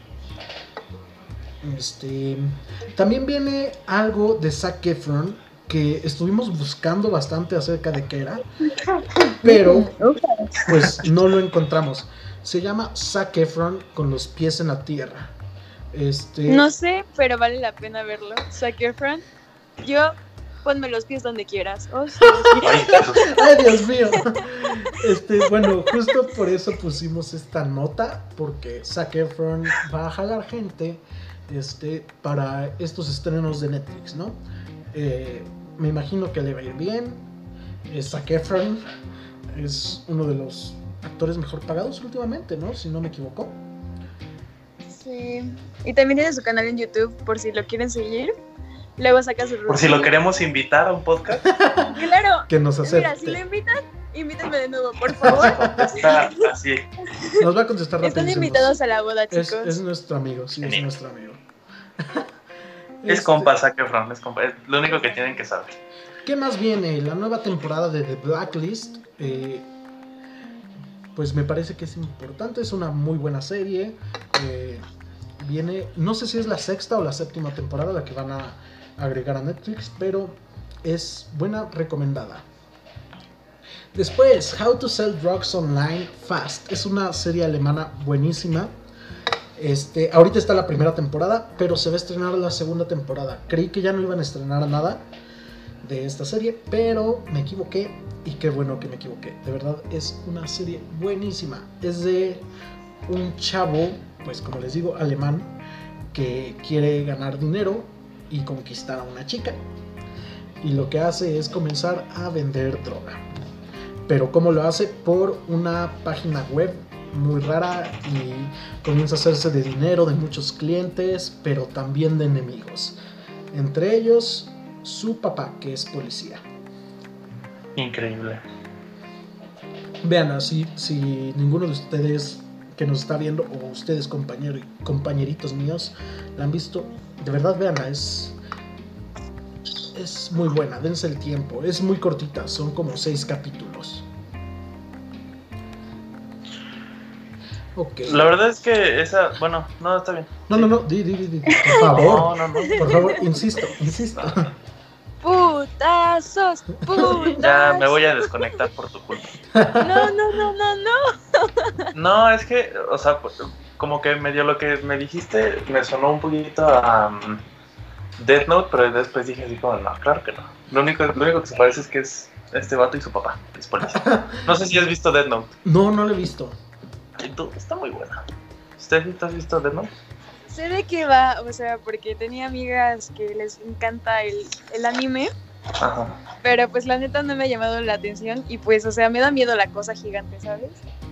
También viene algo de Zac Efron que estuvimos buscando bastante acerca de qué era, pero pues no lo encontramos. Se llama Zac Efron con los pies en la tierra. No sé, pero vale la pena verlo. Zac Efron, yo ponme los pies donde quieras. Oh, sí. Ay, Dios mío. Bueno, justo por eso pusimos esta nota, porque Zac Efron va a jalar gente para estos estrenos de Netflix, ¿no? Me imagino que le va a ir bien. Zac Efron es uno de los actores mejor pagados últimamente, ¿no? Si no me equivoco. Sí. Y también tiene su canal en YouTube, por si lo quieren seguir. Luego saca su... Por si lo queremos invitar a un podcast. Claro. Que nos acepte. Mira, si lo invitan, invítenme de nuevo, por favor. Está así. Nos va a contestar rápido. Están invitados a la boda, chicos. Es nuestro amigo, sí, es nuestro amigo. Es compa, Zac Efron, es compa. Es lo único que tienen que saber. ¿Qué más viene? La nueva temporada de The Blacklist. Pues me parece que es importante, es una muy buena serie. Viene, no sé si es la 6ª o la 7ª temporada la que van a agregar a Netflix, pero es buena, recomendada. Después, How to Sell Drugs Online Fast. Es una serie alemana buenísima. Ahorita está la primera temporada, pero se va a estrenar la segunda temporada. Creí que ya no iban a estrenar nada de esta serie, pero me equivoqué y qué bueno que me equivoqué. De verdad es una serie buenísima. Es de un chavo, pues como les digo, alemán, que quiere ganar dinero y conquistar a una chica. Y lo que hace es comenzar a vender droga. Pero ¿cómo lo hace? Por una página web muy rara y comienza a hacerse de dinero de muchos clientes, pero también de enemigos. Entre ellos, su papá, que es policía. Increíble. Vean, así, si ninguno de ustedes que nos está viendo, o ustedes compañeritos míos, la han visto, de verdad véanla, es muy buena, dense el tiempo, es muy cortita, son como 6 capítulos. Okay. La verdad es que esa, bueno, no, está bien. No, di, por favor. No. Por favor, insisto. Putazos. Ya me voy a desconectar por tu culpa. No. No, es que, o sea, como que medio lo que me dijiste me sonó un poquito a Death Note, pero después dije así como, no, claro que no. Lo único que se parece es que es este vato y su papá, que es policía. No sé si has visto Death Note. No lo he visto. Está muy buena. ¿Steffi, ¿tú has visto Death Note? Sé de qué va, o sea, porque tenía amigas que les encanta el anime. Ajá. Pero pues la neta no me ha llamado la atención y pues, o sea, me da miedo la cosa gigante, ¿sabes?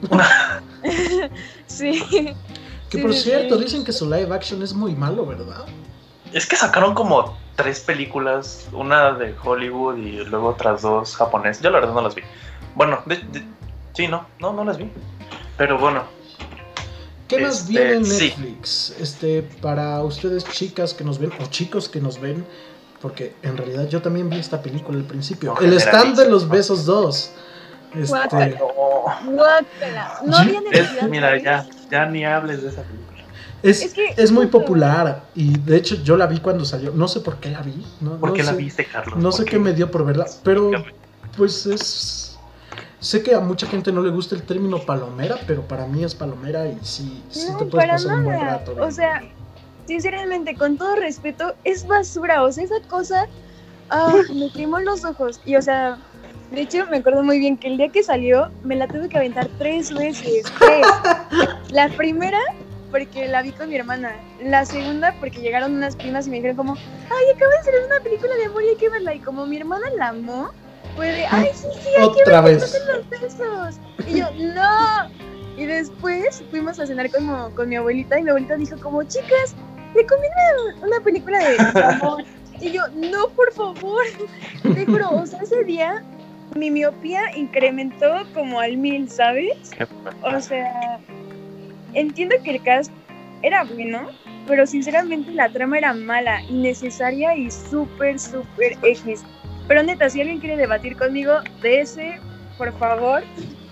Sí. Que por cierto, dicen que su live action es muy malo, ¿verdad? Es que sacaron como 3 películas, una de Hollywood y luego otras 2 japonesas. Yo la verdad no las vi. Bueno, sí, no las vi. Pero bueno. ¿Qué más viene en Netflix? Para ustedes chicas que nos ven, o chicos que nos ven, porque en realidad yo también vi esta película al principio. El stand de los besos 2. Guácala. No había necesidad. Mira, ya ni hables de esa película. Es muy popular y de hecho yo la vi cuando salió. No sé por qué la vi. ¿Por qué la viste, Carlos? No sé qué me dio por verla, pero pues sé que a mucha gente no le gusta el término palomera, pero para mí es palomera y sí te puedes pasar un buen rato. O sea, sinceramente, con todo respeto, es basura. O sea, esa cosa me quemó los ojos. Y o sea, de hecho me acuerdo muy bien que el día que salió me la tuve que aventar 3 veces. 3. La primera porque la vi con mi hermana. La segunda porque llegaron unas primas y me dijeron como, ay, acaba de salir una película de amor y hay que verla. Y como mi hermana la amó, fue de, ay, sí, hay otra que vez los besos. Y yo, no. Y después fuimos a cenar con mi abuelita y mi abuelita dijo como, chicas, recomiendan una película de amor. Y yo, no, por favor. Te juro, o sea, ese día mi miopía incrementó como al 1000, ¿sabes? O sea, entiendo que el cast era bueno, pero sinceramente la trama era mala, innecesaria y súper X. Pero neta, si alguien quiere debatir conmigo de ese, por favor.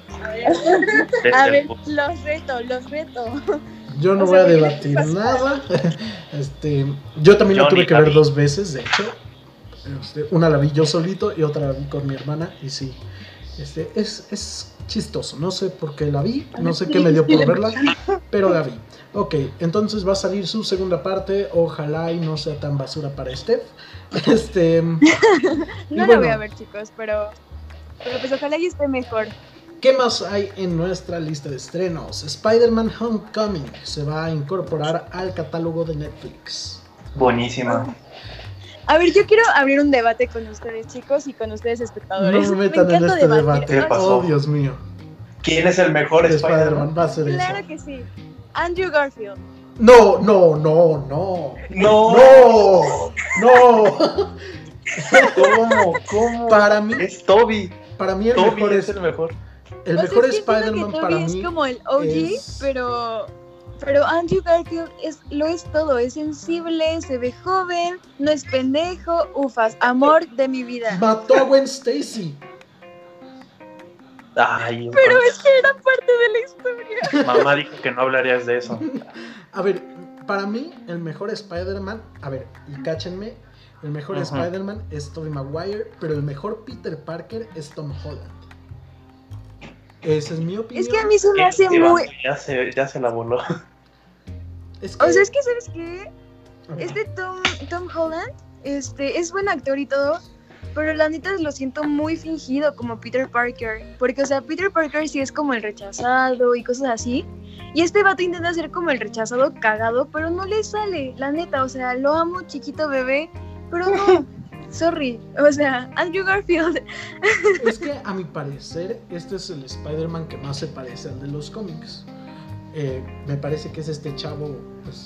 A ver, los reto. Yo no voy a debatir nada. Yo también la tuve que ver 2 veces, de hecho. Una la vi yo solito y otra la vi con mi hermana. Y sí, es chistoso. No sé por qué la vi, no sé qué me dio por verla, pero la vi. Ok, entonces va a salir su segunda parte. Ojalá y no sea tan basura para Steph. No la voy a ver, chicos, pero pues ojalá y esté mejor. ¿Qué más hay en nuestra lista de estrenos? Spider-Man Homecoming se va a incorporar al catálogo de Netflix. Buenísima. A ver, yo quiero abrir un debate con ustedes, chicos, y con ustedes, espectadores. No me metan en este debate. ¿Qué pasó? Oh, Dios mío. ¿Quién es el mejor Spider-Man? Va a ser claro eso. Que sí. Andrew Garfield. No. ¿Cómo? Para mí es Tobey. Para mí Tobey mejor es el mejor. El mejor Spider-Man para mí es como el OG, pero Andrew Garfield lo es todo, es sensible, se ve joven, no es pendejo, ufas, amor de mi vida. Mató a Gwen Stacy. Ay, pero es que era parte de la historia. Mamá dijo que no hablarías de eso. A ver, para mí el mejor Spider-Man, y cáchenme, el mejor Spider-Man es Tobey Maguire, pero el mejor Peter Parker es Tom Holland. Esa es mi opinión. Es que a mí se me hace muy... Ya se la voló. O sea, es que, ¿sabes qué? Tom Holland, es buen actor y todo, pero la neta lo siento muy fingido como Peter Parker. Porque, o sea, Peter Parker sí es como el rechazado y cosas así. Y este vato intenta ser como el rechazado cagado, pero no le sale, la neta. O sea, lo amo, chiquito bebé, pero no. Sorry, o sea, Andrew Garfield. Es que a mi parecer este es el Spider-Man que más se parece al de los cómics. Me parece que es este chavo pues,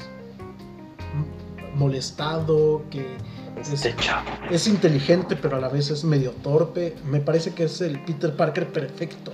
molestado, que es inteligente pero a la vez es medio torpe. Me parece que es el Peter Parker perfecto.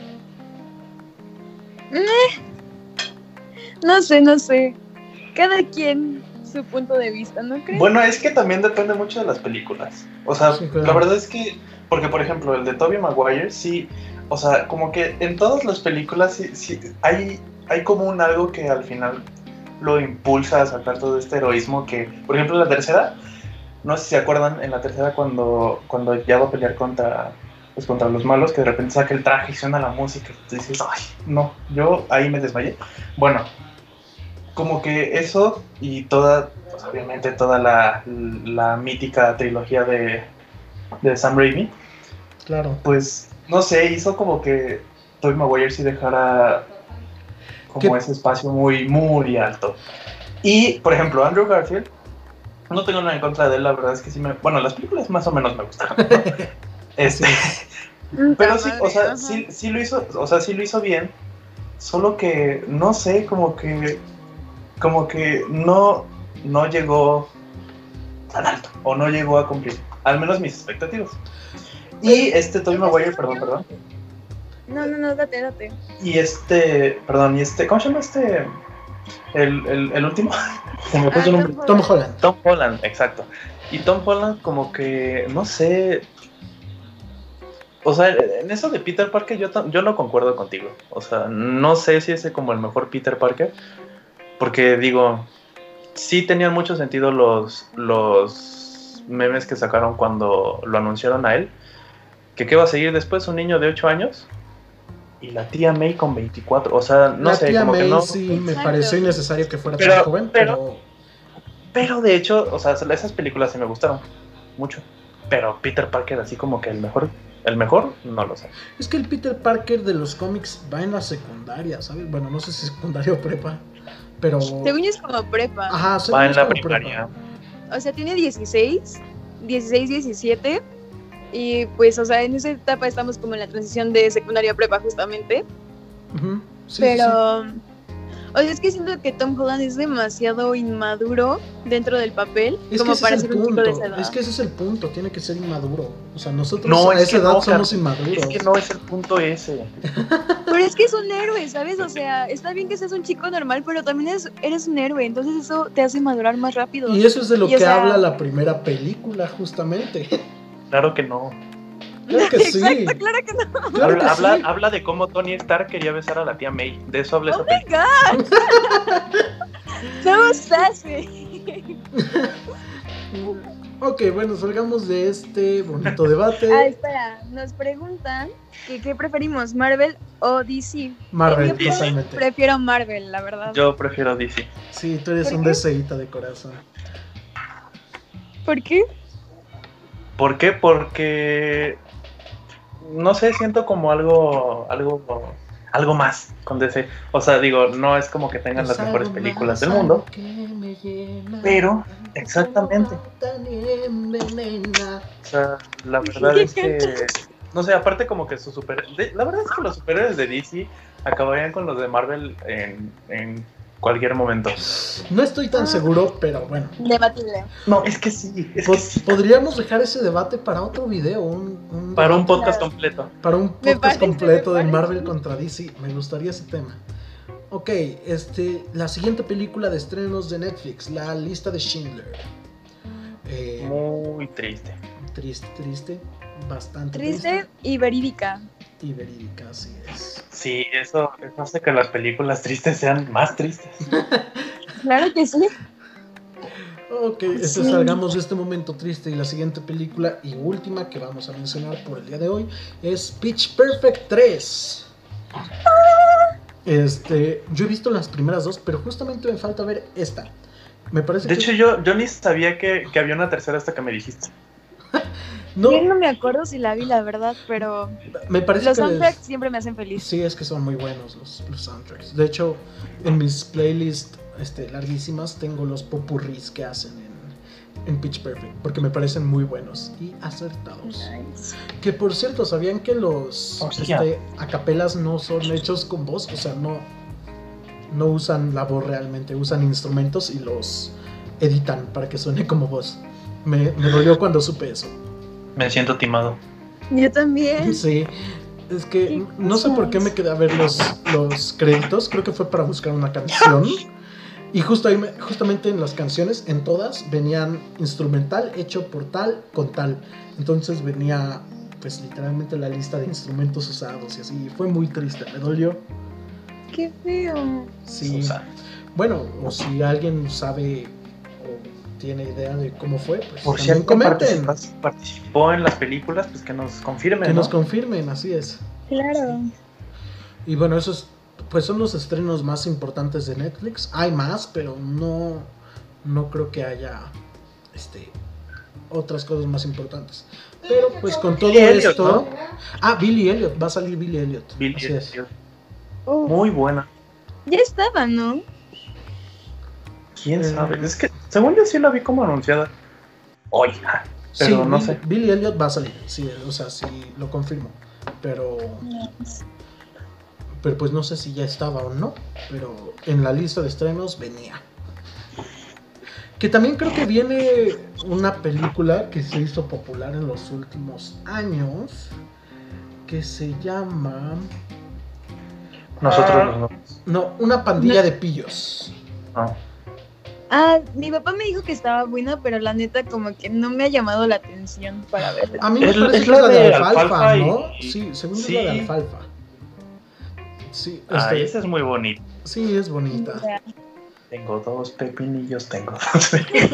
No sé. Cada quien su punto de vista, ¿no crees? Bueno, es que también depende mucho de las películas. O sea, sí, claro. La verdad es que, porque por ejemplo, el de Tobey Maguire, sí, o sea, como que en todas las películas sí hay como un algo que al final lo impulsa a sacar todo este heroísmo que, por ejemplo, en la tercera, no sé si se acuerdan, en la tercera cuando ya va a pelear contra los malos, que de repente saca el traje y suena la música, y tú dices, ay, no, yo ahí me desmayé. Bueno, como que eso y toda, pues obviamente toda la mítica trilogía de Sam Raimi, claro, pues no sé, hizo como que Tobey Maguire sí dejara como ese espacio muy, muy alto. Y, por ejemplo, Andrew Garfield, no tengo nada en contra de él, la verdad es que sí bueno, las películas más o menos me gustaron, ¿no? Pero sí, o sea, sí lo hizo, o sea, sí lo hizo bien, solo que, no sé, como que no llegó tan alto, o no llegó a cumplir, al menos mis expectativas. Y Tobey Maguire, perdón. No, date. Y ¿cómo se llama el último? Se me fue su nombre. Tom Holland. Tom Holland, exacto. Y Tom Holland como que, no sé, o sea, en eso de Peter Parker yo no concuerdo contigo. O sea, no sé si ese como el mejor Peter Parker, porque digo, sí tenían mucho sentido los memes que sacaron cuando lo anunciaron a él, que qué va a seguir después, un niño de 8 años y la tía May con 24, o sea, no sé, como May, que no. Sí, me pareció innecesario que fuera tan joven, pero de hecho, o sea, esas películas sí me gustaron mucho, pero Peter Parker así como que el mejor, no lo sé. Es que el Peter Parker de los cómics va en la secundaria, ¿sabes? Bueno, no sé si secundaria o prepa, pero... Según yo es como prepa. Ajá, va en la primaria. O sea, tiene 16, 17, y pues, o sea, en esa etapa estamos como en la transición de secundaria a prepa justamente. Uh-huh. Sí, pero... Sí. O sea, es que siento que Tom Holland es demasiado inmaduro dentro del papel, como para ser un chico de esa edad. Es que ese es el punto, tiene que ser inmaduro. O sea, nosotros no, a esa edad somos inmaduros. Es que no es el punto ese. Pero es que es un héroe, ¿sabes? O sea, está bien que seas un chico normal, pero también eres un héroe, entonces eso te hace madurar más rápido. Y eso es de lo que habla la primera película, justamente. Claro que no. Claro que sí. Exacto, claro que no. Claro habla de cómo Tony Stark quería besar a la tía May. De eso habla esa película. ¡Oh, my God! ¡So sassy! Ok, bueno, salgamos de este bonito debate. Espera, nos preguntan que qué preferimos, Marvel o DC. Marvel, totalmente. Prefiero Marvel, la verdad. Yo prefiero DC. Sí, tú eres un DCita de corazón. ¿Por qué? ¿Por qué? Porque... no sé, siento como algo más con DC. O sea, digo, no es como que tengan las mejores películas del mundo, pero exactamente. O sea, la verdad es que no sé, aparte como que la verdad es que los superhéroes de DC acabarían con los de Marvel en cualquier momento. No estoy tan seguro, pero bueno. Debatible. No, es que sí. Podríamos dejar ese debate para otro video. Para un podcast completo. Para un podcast completo de Marvel contra DC. Me gustaría ese tema. Ok, la siguiente película de estrenos de Netflix, La lista de Schindler. Muy triste. Triste. Bastante triste. Y verídica. Y verídica, así es. Sí, eso hace que las películas tristes sean más tristes. Claro que sí. Ok, salgamos de este momento triste y la siguiente película y última que vamos a mencionar por el día de hoy es Pitch Perfect 3. Yo he visto las primeras dos, pero justamente me falta ver esta. Me parece de hecho, yo ni sabía que había una tercera hasta que me dijiste. No. Yo no me acuerdo si la vi, la verdad, pero me parece los soundtracks siempre me hacen feliz. Sí, es que son muy buenos los soundtracks. De hecho, en mis playlists larguísimas tengo los popurris que hacen en Pitch Perfect, porque me parecen muy buenos y acertados. Nice. Que por cierto, ¿sabían que los acapelas no son hechos con voz? O sea, no usan la voz realmente, usan instrumentos y los editan para que suene como voz. Me dolió cuando supe eso. Me siento timado. Yo también. Sí, es que no sé por qué me quedé a ver los créditos. Creo que fue para buscar una canción. Y justamente en las canciones, en todas, venían instrumental hecho por tal con tal. Entonces venía, pues literalmente la lista de instrumentos usados y así. Fue muy triste, me dolió. Qué feo. Sí. Bueno, o si alguien sabe tiene idea de cómo fue, pues por si alguien participó en las películas, pues que nos confirmen. Que nos confirmen, así es. Claro. Y bueno, esos pues son los estrenos más importantes de Netflix. Hay más, pero no creo que haya otras cosas más importantes. Pero pues con todo esto, ¿no? Billy Elliot, va a salir Billy Elliot. Billy Elliot. Muy buena. Ya estaba, ¿no? ¿Quién sabe? Es que según yo sí la vi como anunciada. Oiga, pero sí, no sé. Billy Elliot va a salir, sí, o sea, sí lo confirmo. Pero pues no sé si ya estaba o no. Pero en la lista de estrenos venía. Que también creo que viene una película que se hizo popular en los últimos años, que se llama... Nosotros no, Una pandilla de pillos. No. Mi papá me dijo que estaba buena, pero la neta como que no me ha llamado la atención para verla. A mí me parece que es la de Alfalfa, ¿no? Sí, según yo es la de Alfalfa. Sí, esa es muy bonita. Sí, es bonita. Ya. Tengo 2 pepinillos, tengo 2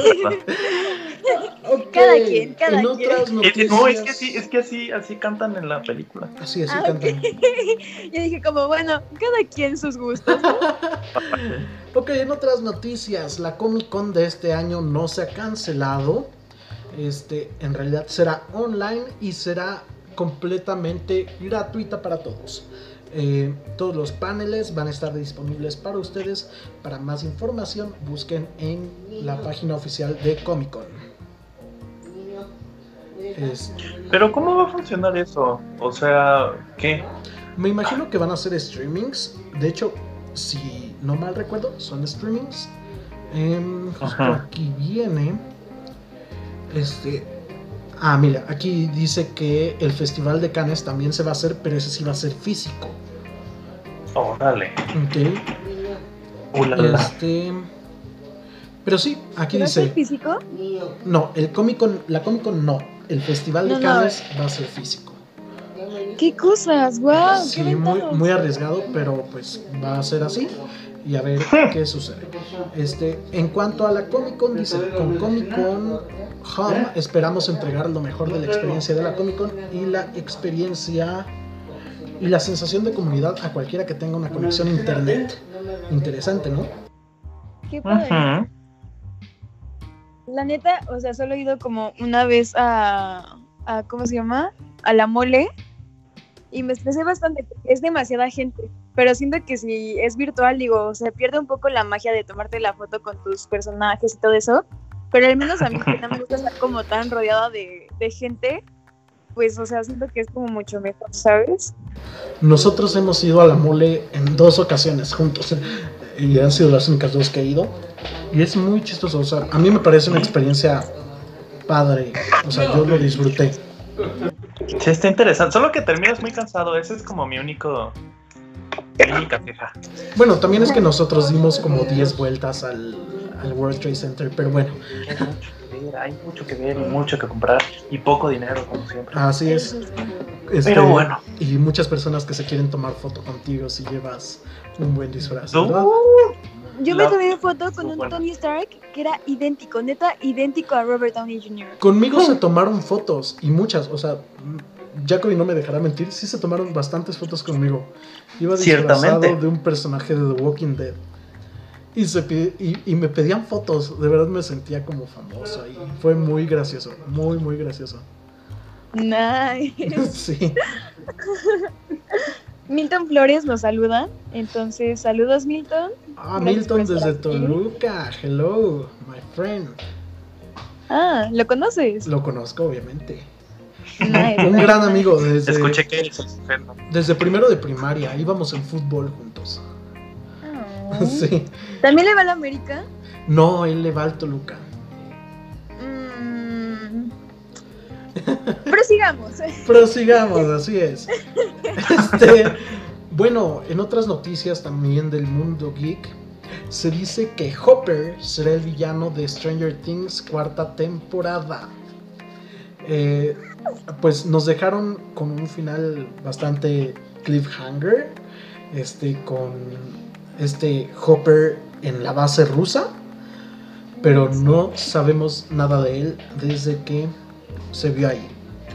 Okay. Cada quien. Otras noticias... No, es que así cantan en la película. Así cantan. Okay. Yo dije como, bueno, cada quien sus gustos, ¿no? Ok, en otras noticias, la Comic Con de este año no se ha cancelado. En realidad será online y será completamente gratuita para todos. Todos los paneles van a estar disponibles para ustedes. Para más información, busquen en la página oficial de Comic Con. Pero ¿cómo va a funcionar eso? O sea, ¿qué? Me imagino que van a ser streamings. De hecho, si no mal recuerdo, son streamings. Justo aquí viene. Mira, aquí dice que el Festival de Cannes también se va a hacer, pero ese sí va a ser físico. Órale. Ok. Pero sí, aquí dice. ¿Va a ser físico? No, la Comic Con no. El Festival de Cannes va a ser físico. ¿Qué cosas? ¡Wow! Sí, muy arriesgado, pero pues va a ser así. Y a ver qué sucede. En cuanto a la Comic Con, dice, con Comic Con Home esperamos entregar lo mejor de la experiencia de la Comic Con y la experiencia y la sensación de comunidad a cualquiera que tenga una conexión a internet. Interesante, ¿no? Qué padre. La neta, o sea, solo he ido como una vez a ¿cómo se llama? A la mole. Y me estresé bastante porque es demasiada gente. Pero siento que si es virtual, digo, se pierde un poco la magia de tomarte la foto con tus personajes y todo eso. Pero al menos a mí que no me gusta estar como tan rodeada de gente, pues, o sea, siento que es como mucho mejor, ¿sabes? Nosotros hemos ido a la mole en 2 ocasiones juntos. Y han sido las únicas 2 que he ido. Y es muy chistoso, o sea, a mí me parece una experiencia padre. O sea, yo lo disfruté. Sí, está interesante. Solo que terminas muy cansado. Ese es como mi única queja. Bueno, también es que nosotros dimos como 10 vueltas al World Trade Center, pero bueno. Hay mucho que ver y mucho que comprar y poco dinero, como siempre. Así es. Pero bueno. Y muchas personas que se quieren tomar foto contigo si llevas un buen disfraz, ¿verdad? Yo me tomé foto con un Tony Stark que era idéntico, neta, idéntico a Robert Downey Jr. Conmigo se tomaron fotos y muchas, o sea, Jacoby no me dejará mentir, sí se tomaron bastantes fotos conmigo. Iba disfrazado de un personaje de The Walking Dead. Y me pedían fotos, de verdad me sentía como famoso y fue muy gracioso, muy, muy gracioso. Nice. Sí. Milton Flores nos saluda, entonces saludos Milton. Milton desde Toluca, hello, my friend. ¿Lo conoces? Lo conozco, obviamente. Nice, un gran amigo Escuché que desde primero de primaria, íbamos en fútbol juntos. Oh. Sí. ¿También le va a la América? No, él le va al Toluca. Prosigamos, así es. Bueno, en otras noticias también del mundo geek, se dice que Hopper será el villano de Stranger Things 4ª temporada. Pues nos dejaron con un final bastante cliffhanger, con Hopper en la base rusa, pero no sabemos nada de él desde que se vio ahí.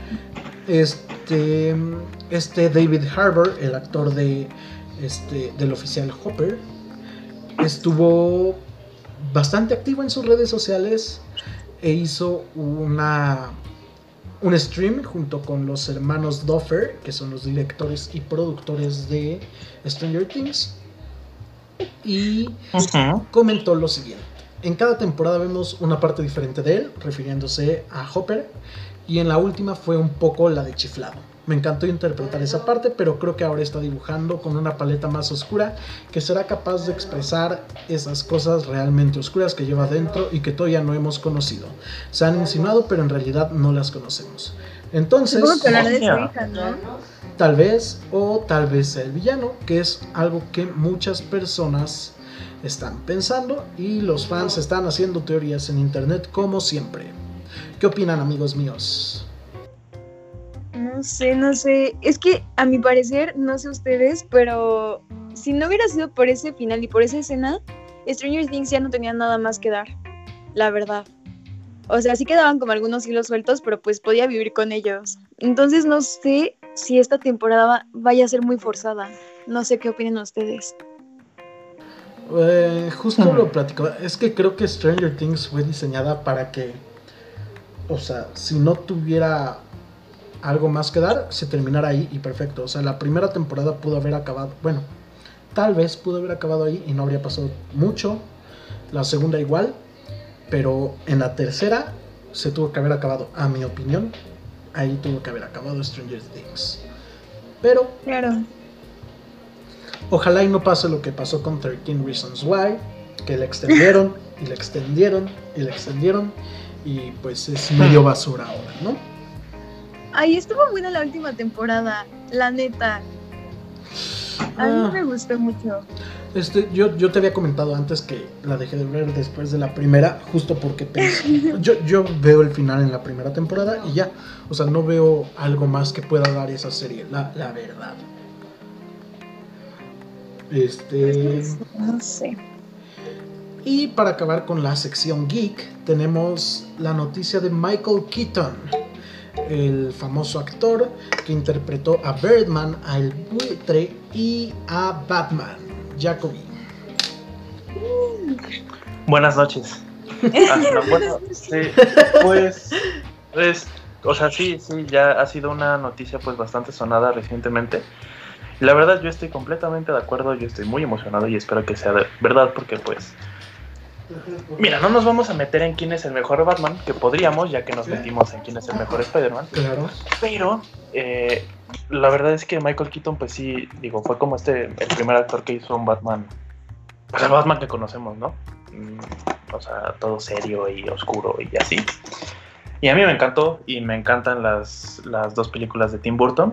David Harbour, el actor del oficial Hopper, estuvo bastante activo en sus redes sociales e hizo un stream junto con los hermanos Duffer, que son los directores y productores de Stranger Things, y comentó lo siguiente: en cada temporada vemos una parte diferente de él, refiriéndose a Hopper, y en la última fue un poco la de chiflado. Me encantó interpretar esa parte, pero creo que ahora está dibujando con una paleta más oscura que será capaz de expresar esas cosas realmente oscuras que lleva dentro y que todavía no hemos conocido. Se han insinuado, pero en realidad no las conocemos. Entonces, tal vez, o tal vez sea el villano, que es algo que muchas personas están pensando y los fans están haciendo teorías en internet como siempre. ¿Qué opinan, amigos míos? No sé, es que a mi parecer, no sé ustedes, pero si no hubiera sido por ese final y por esa escena, Stranger Things ya no tenía nada más que dar, la verdad. O sea, sí quedaban como algunos hilos sueltos, pero pues podía vivir con ellos. Entonces no sé si esta temporada vaya a ser muy forzada. No sé qué opinan ustedes. Justo lo platicaba, es que creo que Stranger Things fue diseñada para que, o sea, si no tuviera algo más que dar, se terminara ahí y perfecto. O sea, la primera temporada pudo haber acabado, bueno, tal vez pudo haber acabado ahí y no habría pasado mucho. La segunda igual, pero en la tercera se tuvo que haber acabado, a mi opinión, ahí tuvo que haber acabado Stranger Things. Pero claro, ojalá y no pase lo que pasó con 13 Reasons Why, que le extendieron y le extendieron y le extendieron y pues es medio basura ahora, ¿no? Ay, estuvo buena la última temporada, la neta. A mí me gustó mucho. Yo te había comentado antes que la dejé de ver después de la primera, justo porque pensé, yo veo el final en la primera temporada y ya, o sea, no veo algo más que pueda dar esa serie, la verdad. No sé. Y para acabar con la sección geek, tenemos la noticia de Michael Keaton, el famoso actor que interpretó a Birdman, a El Buitre y a Batman. Jacoby. Buenas noches. Bueno, sí, pues, o sea, sí, ya ha sido una noticia pues bastante sonada recientemente. La verdad, yo estoy completamente de acuerdo, yo estoy muy emocionado y espero que sea de verdad, porque pues, mira, no nos vamos a meter en quién es el mejor Batman, que podríamos, ya que nos metimos en quién es el mejor Spider-Man. Claro. Pero la verdad es que Michael Keaton, pues sí, digo, fue como el primer actor que hizo un Batman, pues el Batman que conocemos, ¿no? O sea, todo serio y oscuro y así. Y a mí me encantó, y me encantan las dos películas de Tim Burton.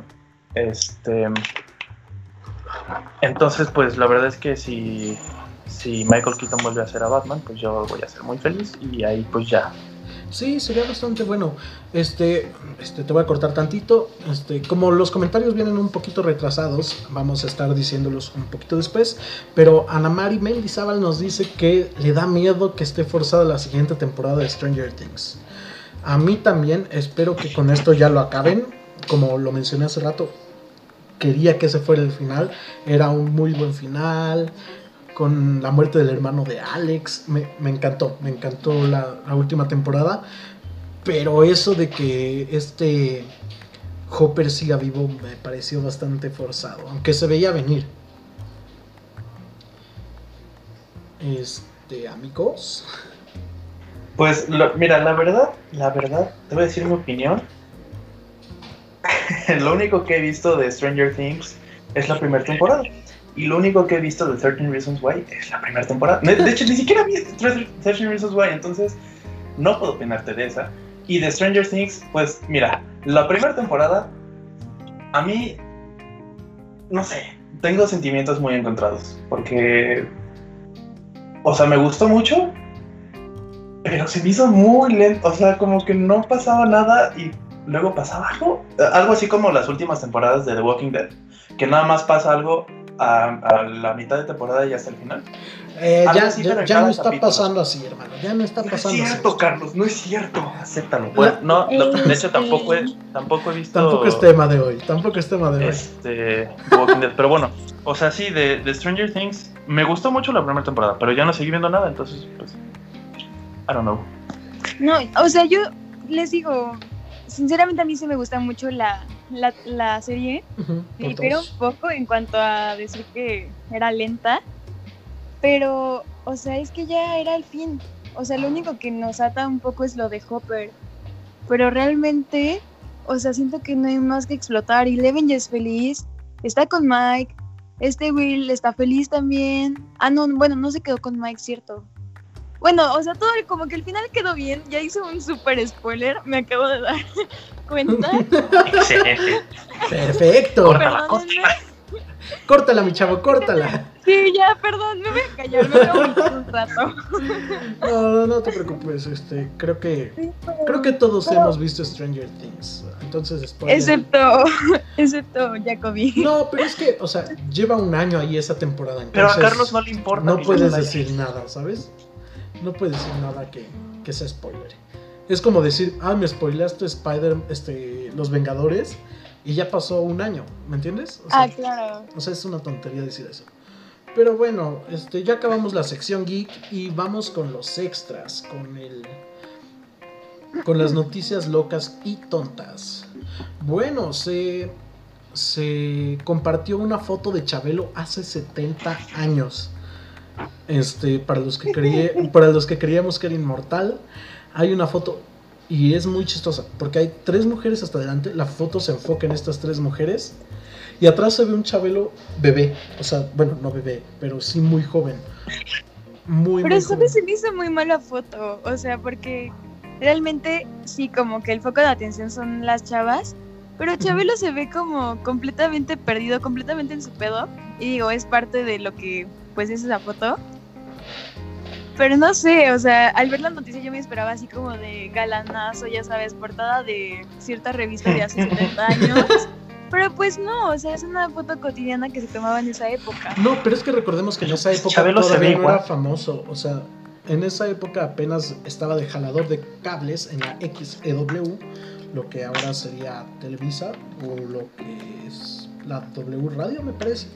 Entonces, pues la verdad es que si Michael Keaton vuelve a hacer a Batman, pues yo voy a ser muy feliz y ahí pues ya. Sí, sería bastante bueno. Te voy a cortar tantito. Como los comentarios vienen un poquito retrasados, vamos a estar diciéndolos un poquito después. Pero Ana Mari Mendizábal nos dice que le da miedo que esté forzada la siguiente temporada de Stranger Things. A mí también, espero que con esto ya lo acaben. Como lo mencioné hace rato, quería que ese fuera el final. Era un muy buen final. Con la muerte del hermano de Alex, me encantó la última temporada, pero eso de que Hopper siga vivo me pareció bastante forzado, aunque se veía venir. Amigos. Pues mira, la verdad, te voy a decir mi opinión. Lo único que he visto de Stranger Things es la primera temporada. Y lo único que he visto de 13 Reasons Why es la primera temporada. De hecho, ni siquiera vi 13 Reasons Why, entonces no puedo opinarte de esa. Y de Stranger Things, pues mira, la primera temporada, a mí, no sé, tengo sentimientos muy encontrados. Porque, o sea, me gustó mucho, pero se me hizo muy lento. O sea, como que no pasaba nada y luego pasaba algo. Algo así como las últimas temporadas de The Walking Dead, que nada más pasa algo a la mitad de temporada y hasta el final. Ya no está pasando así, hermano. Ya no está pasando así. No es cierto, Carlos, no es cierto. Acéptalo. Bueno, no, de hecho tampoco he visto. Tampoco es tema de hoy. Walking Dead, pero bueno, o sea, sí, de Stranger Things me gustó mucho la primera temporada, pero ya no seguí viendo nada, entonces, pues, I don't know. No, o sea, yo les digo, sinceramente a mí sí me gusta mucho la serie. Me pero un poco en cuanto a decir que era lenta, Pero, o sea, es que ya era el fin. O sea, lo único que nos ata un poco es lo de Hopper. Pero realmente, o sea, siento que no hay más que explotar. Y Eleven ya es feliz, está con Mike. Will está feliz también. Ah, no, bueno, no se quedó con Mike, ¿cierto? Bueno, o sea, todo como que el final quedó bien. Ya hice un súper spoiler, me acabo de dar cuenta. Excelente. Perfecto. Perdónenme. Córtala, mi chavo, córtala. Sí, ya, perdón, me voy a callar, me voy a omitir un rato. No te preocupes, creo que todos hemos visto Stranger Things, entonces spoiler. Excepto Jacoby. No, pero es que, o sea, lleva un año ahí esa temporada, entonces pero a Carlos no le importa. No puedes decir nada, ¿sabes? No puedes decir nada que sea spoiler. Es como decir, me spoileaste Los Vengadores y ya pasó un año, ¿me entiendes? O sea, claro. O sea, es una tontería decir eso. Pero bueno, ya acabamos la sección geek y vamos con los extras, con las noticias locas y tontas. Bueno, se compartió una foto de Chabelo hace 70 años. Para los que creíamos que era inmortal, hay una foto y es muy chistosa porque hay 3 mujeres hasta adelante. La foto se enfoca en estas 3 mujeres. Y atrás se ve un Chabelo bebé, o sea, bueno, no bebé, pero sí muy joven. Pero ¿sabes? Se me hizo muy mala foto, o sea, porque realmente sí, como que el foco de atención son las chavas, pero Chabelo se ve como completamente perdido, completamente en su pedo, y digo, es parte de lo que, pues, es esa foto. Pero no sé, o sea, al ver la noticia yo me esperaba así como de galanazo, ya sabes, portada de cierta revista de hace 70 años. Pero pues no, o sea, es una foto cotidiana que se tomaba en esa época. No, pero es que recordemos que en esa época Chabelo todavía no era famoso. O sea, en esa época apenas estaba de jalador de cables en la XEW, lo que ahora sería Televisa, o lo que es la W Radio, me parece.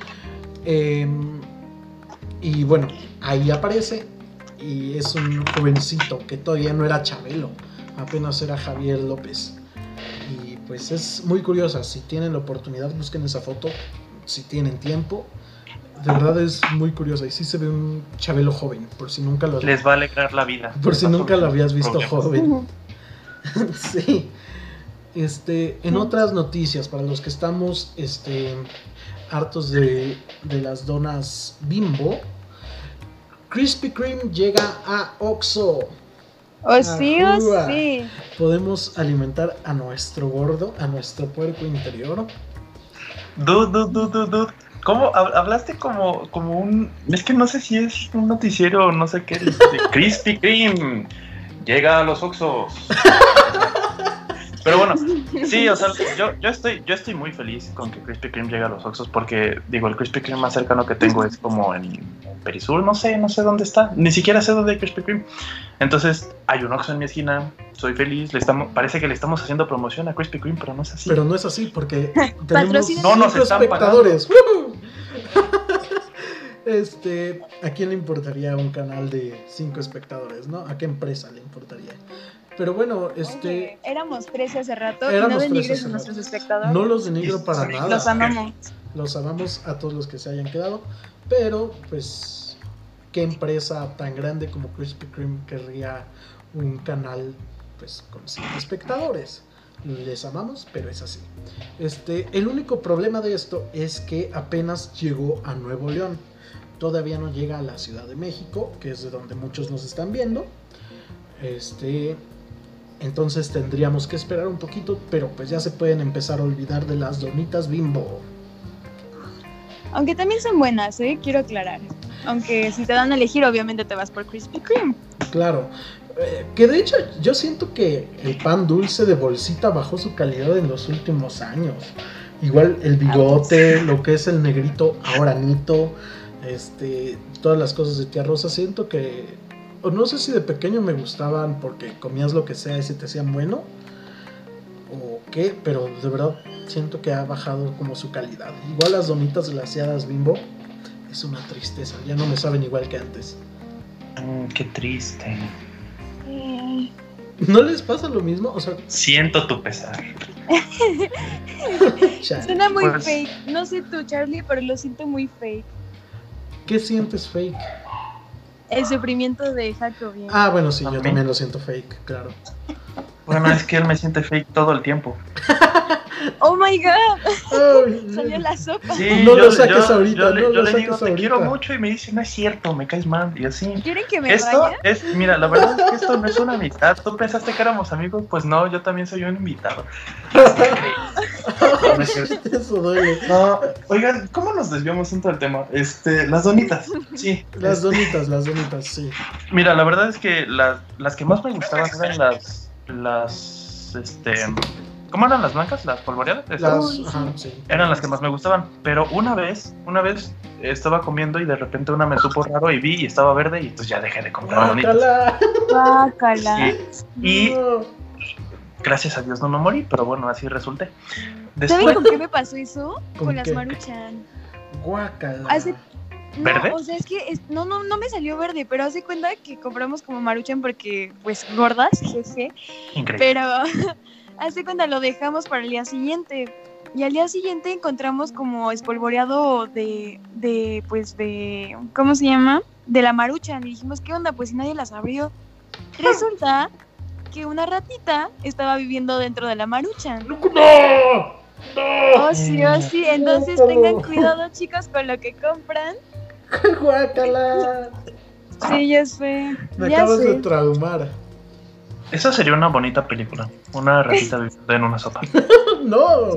Y bueno, ahí aparece y es un jovencito que todavía no era Chabelo, apenas era Javier López. Y pues es muy curiosa. Si tienen la oportunidad, busquen esa foto. Si tienen tiempo, de verdad es muy curiosa. Y sí se ve un Chabelo joven, por si nunca lo les va a alegrar la vida. Por si nunca lo habías visto joven. Sí. En otras noticias, para los que estamos hartos de las donas Bimbo, Krispy Kreme llega a Oxxo. Sí. Podemos alimentar a nuestro gordo, a nuestro puerco interior. Dude. ¿Cómo? Hablaste como un... Es que no sé si es un noticiero o no sé qué. Krispy Kreme llega a los Oxxos. Pero bueno, sí, o sea, yo estoy muy feliz con que Krispy Kreme llegue a los Oxxos porque, digo, el Krispy Kreme más cercano que tengo es como en Perisur, no sé dónde está, ni siquiera sé dónde hay Krispy Kreme. Entonces, hay un Oxxo en mi esquina, soy feliz, parece que le estamos haciendo promoción a Krispy Kreme, pero no es así. Pero no es así porque tenemos 5 espectadores. ¿A quién le importaría un canal de 5 espectadores, no? ¿A qué empresa le importaría? Pero bueno, Oye, éramos 13 hace rato y no denigres a nuestros espectadores. No los denigro para nada. Los amamos. Los amamos a todos los que se hayan quedado. Pero, pues, ¿qué empresa tan grande como Krispy Kreme querría un canal, pues, con 5 espectadores? Les amamos, pero es así. El único problema de esto es que apenas llegó a Nuevo León. Todavía no llega a la Ciudad de México, que es de donde muchos nos están viendo. Entonces tendríamos que esperar un poquito, pero pues ya se pueden empezar a olvidar de las donitas Bimbo. Aunque también son buenas, quiero aclarar. Aunque si te dan a elegir, obviamente te vas por Krispy Kreme. Claro. Que de hecho yo siento que el pan dulce de bolsita bajó su calidad en los últimos años. Igual el bigote, lo que es el negrito, ahora Nito, todas las cosas de Tía Rosa, siento que... O no sé si de pequeño me gustaban porque comías lo que sea y se te hacían bueno o qué, pero de verdad siento que ha bajado como su calidad. Igual las donitas glaseadas Bimbo es una tristeza, ya no me saben igual que antes. Qué triste. ¿No les pasa lo mismo? O sea, siento tu pesar. Suena muy fake. No sé tú, Charlie, pero lo siento muy fake. ¿Qué sientes fake? El sufrimiento de Jacobi. Ah, bueno, sí, yo también lo siento fake, claro. Bueno, es que él me siente fake todo el tiempo. Oh my god. Ay, Salió la sopa. Sí, no lo saques ahorita, no lo le saques digo, te ahorita. quiero mucho y me dice, no es cierto, me caes mal. Y así. ¿Quieren que me Esto vaya? es, mira, la verdad es que esto no es una amistad. ¿Tú pensaste que éramos amigos? Pues no, yo también soy un invitado. No, no es cierto. Eso duele. No, oigan, ¿cómo nos desviamos tanto del tema? Las donitas, sí. Las donitas, sí. Mira, la verdad es que las que más me gustaban eran ¿cómo eran las blancas? ¿Las polvoreadas? Sí. Eran las que más me gustaban. Pero una vez estaba comiendo y de repente una me supo raro y vi y estaba verde y entonces ya dejé de comprar donitas. Guácala. Y No. gracias a Dios no me morí, pero bueno, así resulté. ¿Saben Después, con qué me pasó eso? ¿Con Con las qué? Maruchan. Guácala. No, ¿Verde? o sea, es que no me salió verde, pero hace cuenta que compramos como Maruchan porque, pues, gordas, jeje. increíble. Pero hace cuenta lo dejamos para el día siguiente. Y al día siguiente encontramos como espolvoreado de ¿cómo se llama? De la Maruchan. Y dijimos, ¿qué onda? Pues si nadie las abrió. Resulta que una ratita estaba viviendo dentro de la Maruchan. ¡No! Oh, sí, oh, sí. Entonces tengan cuidado, chicos, con lo que compran. ¡Guácala! Sí, ya sé. Me Ya acabas de sé. traumar. Esa sería una bonita película. Una ratita viviendo en una sopa. No.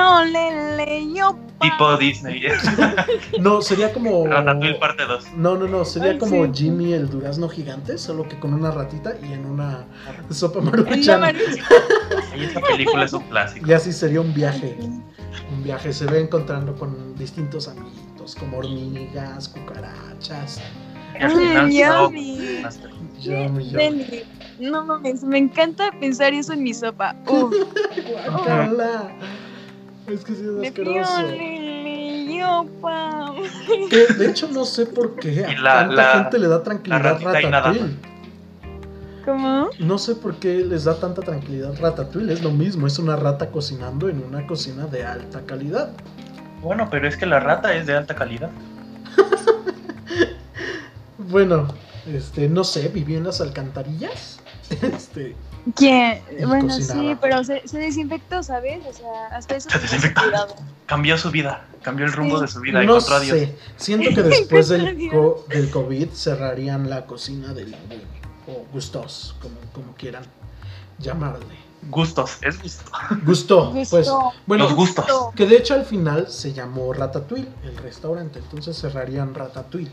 Tipo Disney. No, sería como. Ratatouille parte 2. No, sería Ay, como sí. Jimmy el durazno gigante, solo que con una ratita y en una sopa En la maruchan. Maruchan. Y esa película es un clásico. Y así sería un viaje. Un viaje. Se ve encontrando con distintos amiguitos, como hormigas, cucarachas. Y al final, Yummy. Yummy. Deli. No mames, me encanta pensar eso en mi sopa. Guácala. Es que sí es Me asqueroso. yopa. Que de hecho no sé por qué a Y la- tanta la- gente le da tranquilidad ratita y nada. Ratatouille. ¿Cómo? No sé por qué les da tanta tranquilidad Ratatouille. Es lo mismo, es una rata cocinando en una cocina de alta calidad. Bueno, pero es que la rata es de alta calidad. Bueno, no sé, vivió en las alcantarillas. ¿Quién? Y Bueno, cocinaba. sí, pero se desinfectó, ¿sabes? O sea, hasta eso. Se tenía desinfectó. cuidado. Cambió su vida, cambió el rumbo Sí. de su vida. No Encontró a Dios. sé, siento que después Encontró a del COVID cerrarían la cocina del Linguini, o Gustos, como quieran llamarle. Gustos, es gusto. Gustó, pues, Gustó. bueno, Los gustos. que de hecho al final se llamó Ratatouille, el restaurante, entonces cerrarían Ratatouille.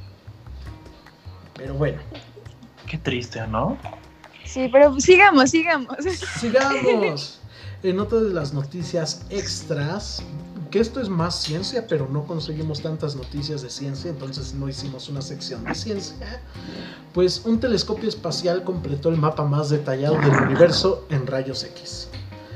Pero bueno, Qué triste, ¿no? Sí, pero sigamos. sigamos. En otra de las noticias extras, que esto es más ciencia, pero no conseguimos tantas noticias de ciencia, entonces no hicimos una sección de ciencia. Pues un telescopio espacial completó el mapa más detallado del universo en rayos X.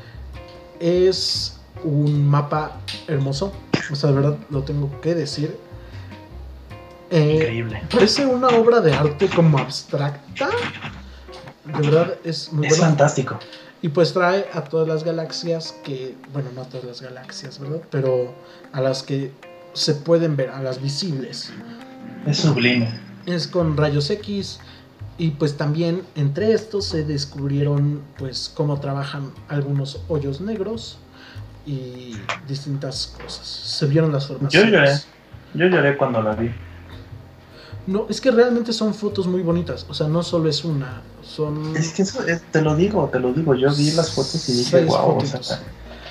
Es un mapa hermoso, o sea, de verdad lo tengo que decir. Increíble. Parece una obra de arte como abstracta. De verdad es muy Es bueno. fantástico. Y pues trae a todas las galaxias que, bueno, no a todas las galaxias, ¿verdad? Pero a las que se pueden ver, a las visibles. Es sublime. Es con rayos X y pues también entre estos se descubrieron pues cómo trabajan algunos hoyos negros y distintas cosas. Se vieron las formaciones. Yo lloré cuando la vi. No, es que realmente son fotos muy bonitas, o sea, no solo es una, son... Es que eso, te lo digo. Yo vi las fotos y dije, 6 wow, o fotitos. sea,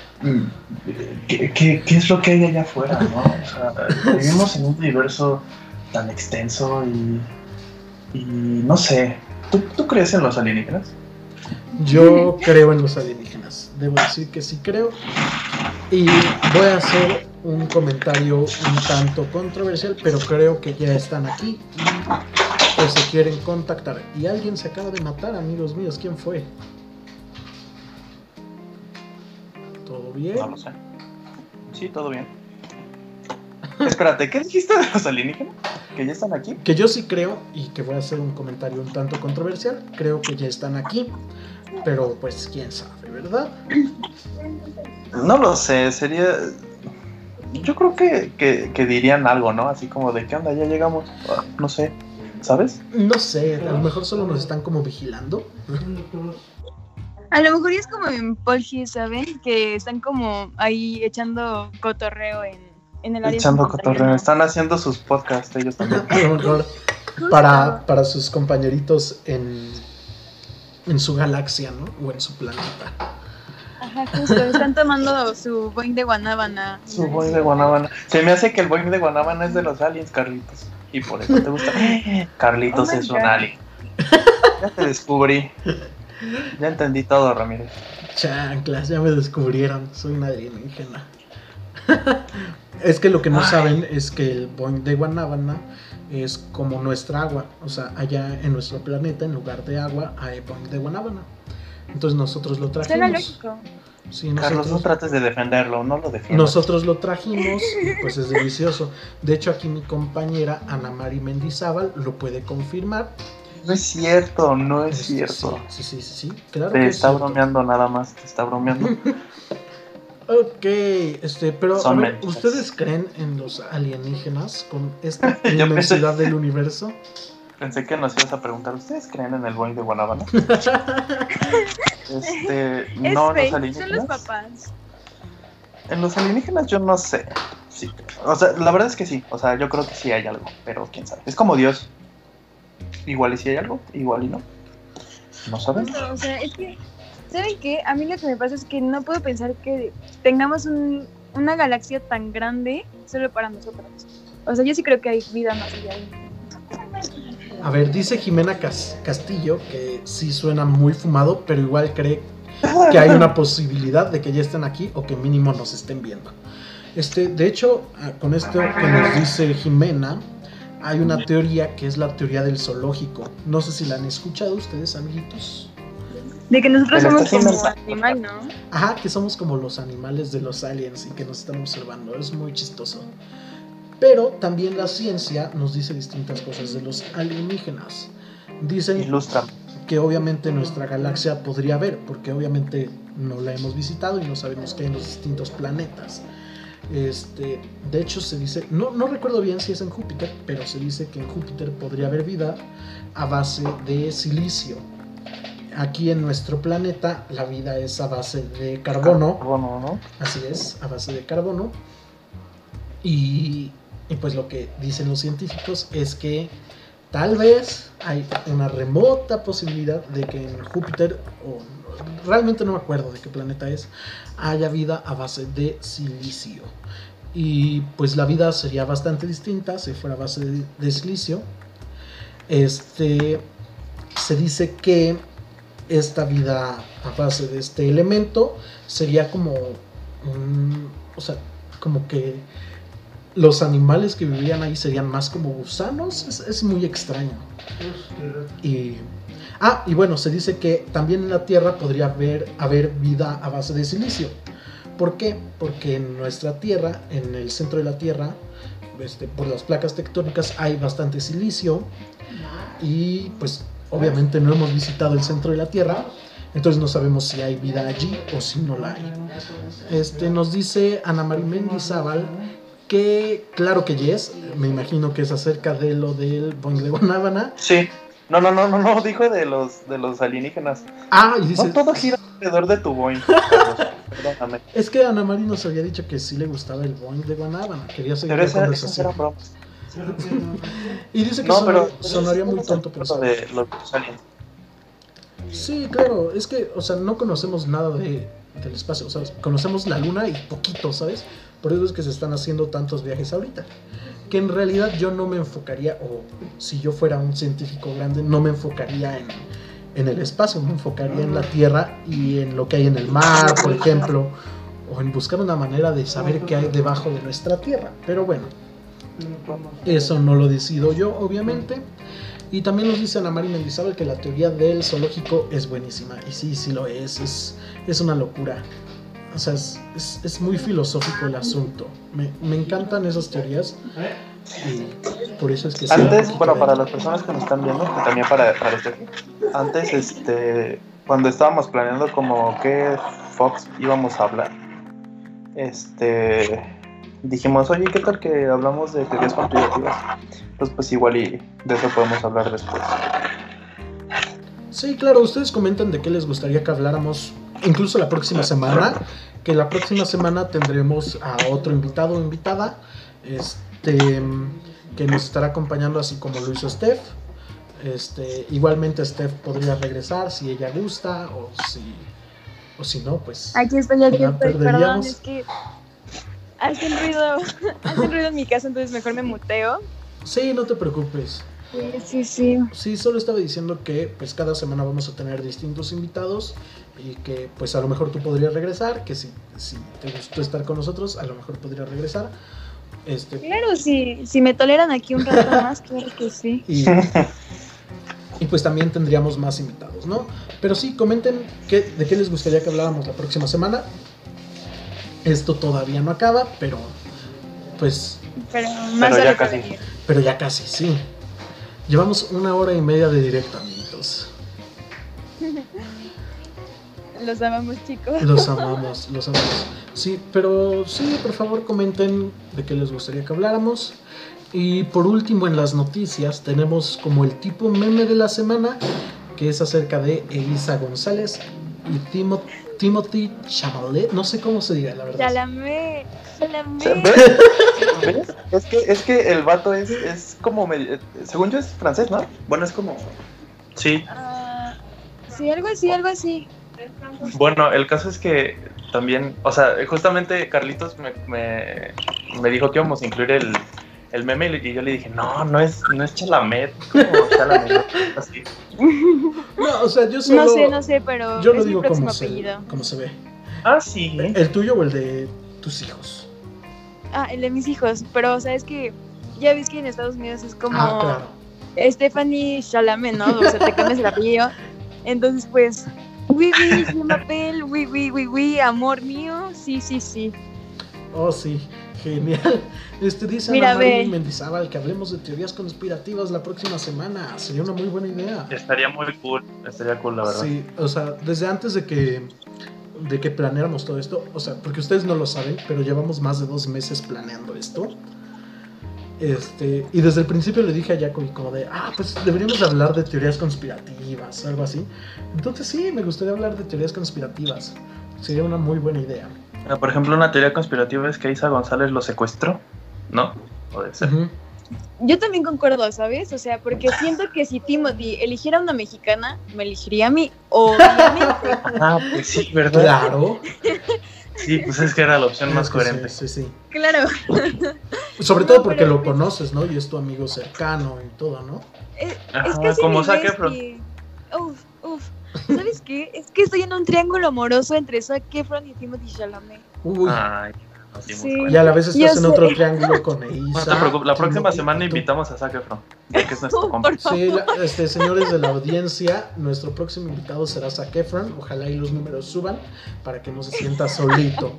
¿qué es lo que hay allá afuera, no? O sea, vivimos en un universo tan extenso y no sé. ¿Tú crees en los alienígenas? Yo creo en los alienígenas, debo decir que sí creo. Y voy a hacer un comentario un tanto controversial, pero creo que ya están aquí y pues se quieren contactar. Y alguien se acaba de matar, amigos míos. ¿Quién fue? ¿Todo bien? No lo sé. Sí, todo bien. Espérate, ¿qué dijiste de los alienígenas? ¿Que ya están aquí? Que yo sí creo, y que voy a hacer un comentario un tanto controversial, creo que ya están aquí, pero pues quién sabe, ¿verdad? No lo sé, sería... yo creo que dirían algo, ¿no? Así como de, ¿qué onda? Ya llegamos. No sé, ¿sabes? No sé, a lo mejor solo nos están como vigilando. A lo mejor es como en Polgi, ¿saben? Que están como ahí echando cotorreo en el área. Echando cotorreo, están haciendo sus podcasts ellos también. A lo mejor para sus compañeritos en su galaxia, ¿no? O en su planeta. Ajá, justo, están tomando su boing de guanábana. Su boing de guanábana. Se me hace que el boing de guanábana es de los aliens, Carlitos. Y por eso te gusta. Carlitos es un alien. Ya te descubrí. Ya entendí todo, Ramírez. Chanclas, ya me descubrieron. Soy una alienígena. Es que lo que no saben es que el boing de guanábana es como nuestra agua. O sea, allá en nuestro planeta, en lugar de agua, hay boing de guanábana. Entonces nosotros lo trajimos. Suena lógico. Sí, Carlos, no trates de defenderlo, no lo defiendas. Nosotros lo trajimos y pues es delicioso. De hecho, aquí mi compañera Ana Mari Mendizábal lo puede confirmar. No es cierto, no es cierto. Sí, claro. Te está bromeando nada más, te está bromeando. Ok, pero a ver, mentiras. ¿Ustedes creen en los alienígenas con esta inmensidad del universo? Pensé que nos ibas a preguntar, ¿ustedes creen en el boing de guanábana? No, los alienígenas. Son los papás. En los alienígenas yo no sé. Sí. O sea, la verdad es que sí. O sea, yo creo que sí hay algo, pero quién sabe. Es como Dios. Igual y sí hay algo, igual y no. No sabemos. O sea, es que, ¿saben qué? A mí lo que me pasa es que no puedo pensar que tengamos una galaxia tan grande solo para nosotros. O sea, yo sí creo que hay vida más allá de... A ver, dice Jimena Castillo que sí suena muy fumado, pero igual cree que hay una posibilidad de que ya estén aquí o que mínimo nos estén viendo. De hecho, con esto que nos dice Jimena, hay una teoría que es la teoría del zoológico. No sé si la han escuchado ustedes, amiguitos. De que nosotros somos como animal, ¿no? Ajá, que somos como los animales de los aliens y que nos están observando. Es muy chistoso. Pero también la ciencia nos dice distintas cosas de los alienígenas. Dicen que obviamente nuestra galaxia podría haber, porque obviamente no la hemos visitado y no sabemos qué hay en los distintos planetas. De hecho se dice, no recuerdo bien si es en Júpiter, pero se dice que en Júpiter podría haber vida a base de silicio. Aquí en nuestro planeta la vida es a base de carbono. ¿No? Así es, a base de carbono. Y pues lo que dicen los científicos es que tal vez hay una remota posibilidad de que en Júpiter, o realmente no me acuerdo de qué planeta es, haya vida a base de silicio. Y pues la vida sería bastante distinta si fuera a base de silicio. Se dice que esta vida a base de este elemento sería como como que los animales que vivirían ahí serían más como gusanos. Es muy extraño. Y bueno, se dice que también en la Tierra podría haber vida a base de silicio. ¿Por qué? Porque en nuestra Tierra, en el centro de la Tierra, por las placas tectónicas hay bastante silicio. Y pues obviamente no hemos visitado el centro de la Tierra, entonces no sabemos si hay vida allí o si no la hay. Nos dice Ana Mari Mendizábal que claro que yes, me imagino que es acerca de lo del boing de guanábana. Sí. No, dijo de los alienígenas. Y dice... No todo gira alrededor de tu boing. Perdóname. Es que Ana Mari nos había dicho que sí le gustaba el boing de guanábana. Quería seguir la conversación. Y dice que sonaría muy tonto, pero de los aliens. Sí, claro, es que, o sea, no conocemos nada del espacio, o sea, conocemos la luna y poquito, ¿sabes? Por eso es que se están haciendo tantos viajes ahorita. Que en realidad yo no me enfocaría, o si yo fuera un científico grande, no me enfocaría en el espacio, me enfocaría en la Tierra y en lo que hay en el mar, por ejemplo, o en buscar una manera de saber qué hay debajo de nuestra Tierra. Pero bueno, eso no lo decido yo, obviamente. Y también nos dice Ana Mari Mendizábal que la teoría del zoológico es buenísima. Y sí lo es una locura. O sea, es muy filosófico el asunto. Me encantan esas teorías. Y por eso es que... Antes, bueno, para las personas que nos están viendo, que también para usted, antes, cuando estábamos planeando como qué Fox íbamos a hablar, dijimos, oye, ¿qué tal que hablamos de teorías conspirativas? Entonces, pues igual y de eso podemos hablar después. Sí, claro, ustedes comentan de qué les gustaría que habláramos, incluso la próxima semana, que la próxima semana tendremos a otro invitado o invitada, que nos estará acompañando así como lo hizo Steph. Igualmente Steph podría regresar si ella gusta o si no, pues aquí estoy, perdón, es que hacen ruido en mi casa, entonces mejor me muteo. Sí, no te preocupes. Sí. Sí, solo estaba diciendo que pues cada semana vamos a tener distintos invitados y que pues a lo mejor tú podrías regresar, que si te gustó estar con nosotros, a lo mejor podrías regresar. Claro, si me toleran aquí un rato más, claro que sí. Y pues también tendríamos más invitados, ¿no? Pero sí, comenten de qué les gustaría que habláramos la próxima semana. Esto todavía no acaba, pero pues... Pero ya casi, sí. Llevamos 1 hora y media de directo, amiguitos. Los amamos, chicos. Los amamos. Sí, pero sí, por favor comenten de qué les gustaría que habláramos. Y por último, en las noticias tenemos como el tipo meme de la semana, que es acerca de Eiza González y Timothy Chalamet. No sé cómo se diga, la verdad. Chalamet. ¿Ves? Es que el vato es como según yo es francés, ¿no? Bueno, es como... Sí. Sí, algo así. Bueno, el caso es que también, o sea, justamente Carlitos me dijo que íbamos a incluir el meme y yo le dije, no es Chalamet, como Chalamet, así. No, o sea, yo solo... No sé, pero yo es lo digo mi próximo como apellido. Como se ve. Ah, sí. ¿El tuyo o el de tus hijos? El de mis hijos, pero o sea, es que ya ves que en Estados Unidos es como claro. Stephanie Chalamet, ¿no? O sea, te cambias el apellido. Entonces, pues, oui, je m'appelle, oui, amor mío, sí. Oh, sí, genial. Dice Ana Marilyn Mendizábal que hablemos de teorías conspirativas la próxima semana. Sería una muy buena idea. Estaría cool, la verdad. Sí, o sea, desde antes de que planeáramos todo esto, o sea, porque ustedes no lo saben, pero llevamos más de 2 meses planeando esto. Y desde el principio le dije a Jacoby como de, pues deberíamos hablar de teorías conspirativas, algo así. Entonces sí, me gustaría hablar de teorías conspirativas. Sería una muy buena idea. Por ejemplo, una teoría conspirativa es que Eiza González lo secuestró, ¿no? Puede ser. Uh-huh. Yo también concuerdo, ¿sabes? O sea, porque siento que si Timothy eligiera a una mexicana, me elegiría a mí, obviamente. Pues sí, ¿verdad? Claro. Sí, pues es que era la opción más coherente. Sí. Claro. Sobre todo porque lo conoces, ¿no? Y es tu amigo cercano y todo, ¿no? Es que como Zac Efron. Uf. ¿Sabes qué? Es que estoy en un triángulo amoroso entre Zac Efron y Timothy Chalamet. Uy. Ay, sí. Y a la vez estás en otro triángulo con Eiza. No te preocupes, la próxima semana invitamos a Zac Efron, ya que es nuestro compa. Sí, señores de la audiencia, nuestro próximo invitado será Zac Efron. Ojalá y los números suban para que no se sienta solito.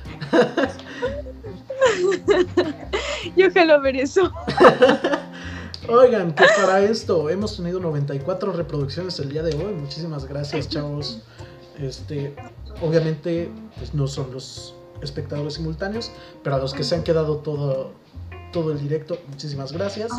Yo ojalá ver eso. Oigan, que para esto hemos tenido 94 reproducciones el día de hoy. Muchísimas gracias, chavos. Obviamente, pues no son los espectadores simultáneos, pero a los que se han quedado todo el directo, muchísimas gracias.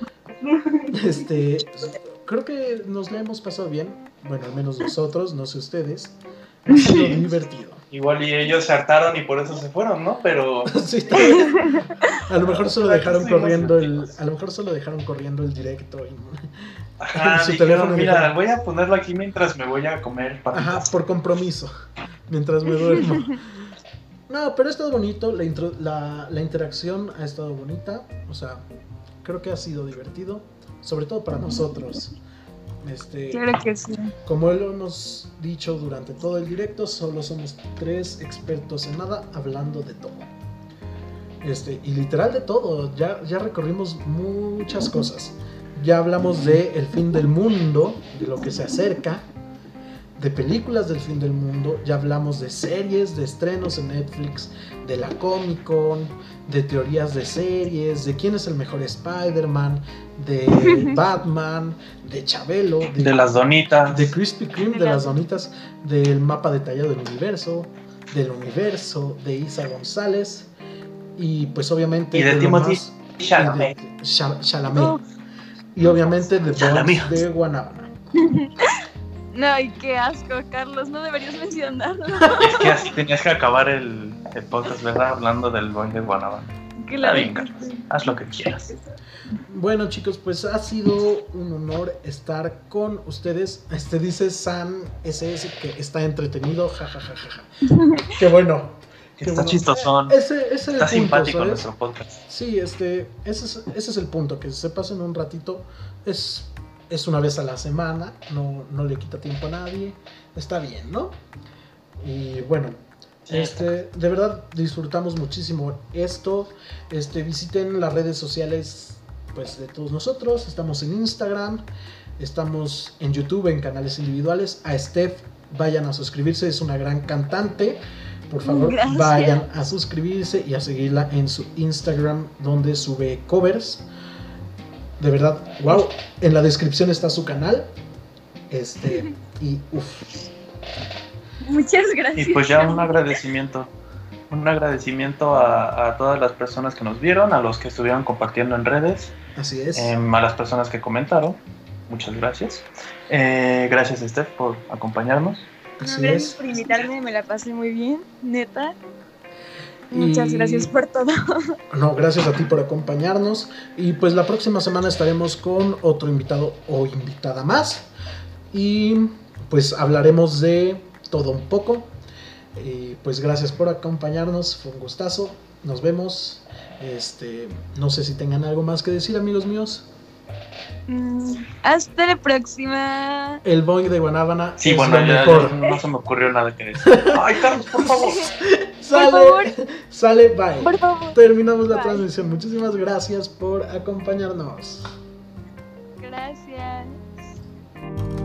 Creo que nos la hemos pasado bien. Bueno, al menos nosotros, no sé ustedes. Ha sido divertido. Igual y ellos se hartaron y por eso se fueron, ¿no? Pero sí, a lo mejor solo dejaron corriendo el directo en su teléfono. Mira, voy a ponerlo aquí mientras me voy a comer papitas. Ajá, por compromiso, mientras me duermo. No, pero ha estado bonito, la interacción ha estado bonita, o sea, creo que ha sido divertido, sobre todo para nosotros. Claro que sí. Como lo hemos dicho durante todo el directo, solo somos 3 expertos en nada hablando de todo. Y literal de todo, ya recorrimos muchas cosas. Ya hablamos de el fin del mundo, de lo que se acerca, de películas del fin del mundo, ya hablamos de series, de estrenos en Netflix, de la Comic Con, de teorías de series, de quién es el mejor Spider-Man, de Batman, de Chabelo, de las donitas, de Krispy Kreme, de las donitas, del mapa detallado del universo, de Eiza González. Y pues obviamente... Y de Timothée Chalamet. Chalamet. Y obviamente de Bones de Guanábana. No, y qué asco, Carlos, no deberías mencionarlo. Es que así tenías que acabar el podcast, ¿verdad? Hablando del Boing de Guanábana. Está bien, Carlos, haz lo que quieras. Bueno, chicos, pues ha sido un honor estar con ustedes. Dice San SS que está entretenido, jajajaja. Qué bueno. Está chistosón. Está simpático, ¿sabes? Nuestro podcast. Sí, ese es el punto, que se pasen un ratito. Es una vez a la semana, no le quita tiempo a nadie. Está bien, ¿no? Y bueno, Sí, de verdad disfrutamos muchísimo esto. Visiten las redes sociales pues de todos nosotros. Estamos en Instagram, estamos en YouTube, en canales individuales. A Steph, vayan a suscribirse, es una gran cantante. Por favor, Gracias. Vayan a suscribirse y a seguirla en su Instagram, donde sube covers. De verdad, wow. En la descripción está su canal. Y uff. Muchas gracias. Y pues ya un agradecimiento a todas las personas que nos vieron, a los que estuvieron compartiendo en redes, Así es. a las personas que comentaron. Muchas gracias. Gracias, Steph, por acompañarnos. Así Gracias es. por invitarme, me la pasé muy bien, neta. Muchas gracias por todo. No, gracias a ti por acompañarnos. Y pues la próxima semana estaremos con otro invitado o invitada más. Y pues hablaremos de todo un poco. Y pues gracias por acompañarnos. Fue un gustazo. Nos vemos. No sé si tengan algo más que decir, amigos míos. Hasta la próxima. El Boing de Guanábana Sí, es bueno, lo ya mejor. no se me ocurrió nada que decir. Ay, Carlos, por favor. Sale, bye. Por favor. Terminamos la Bye. transmisión. Muchísimas gracias por acompañarnos. Gracias.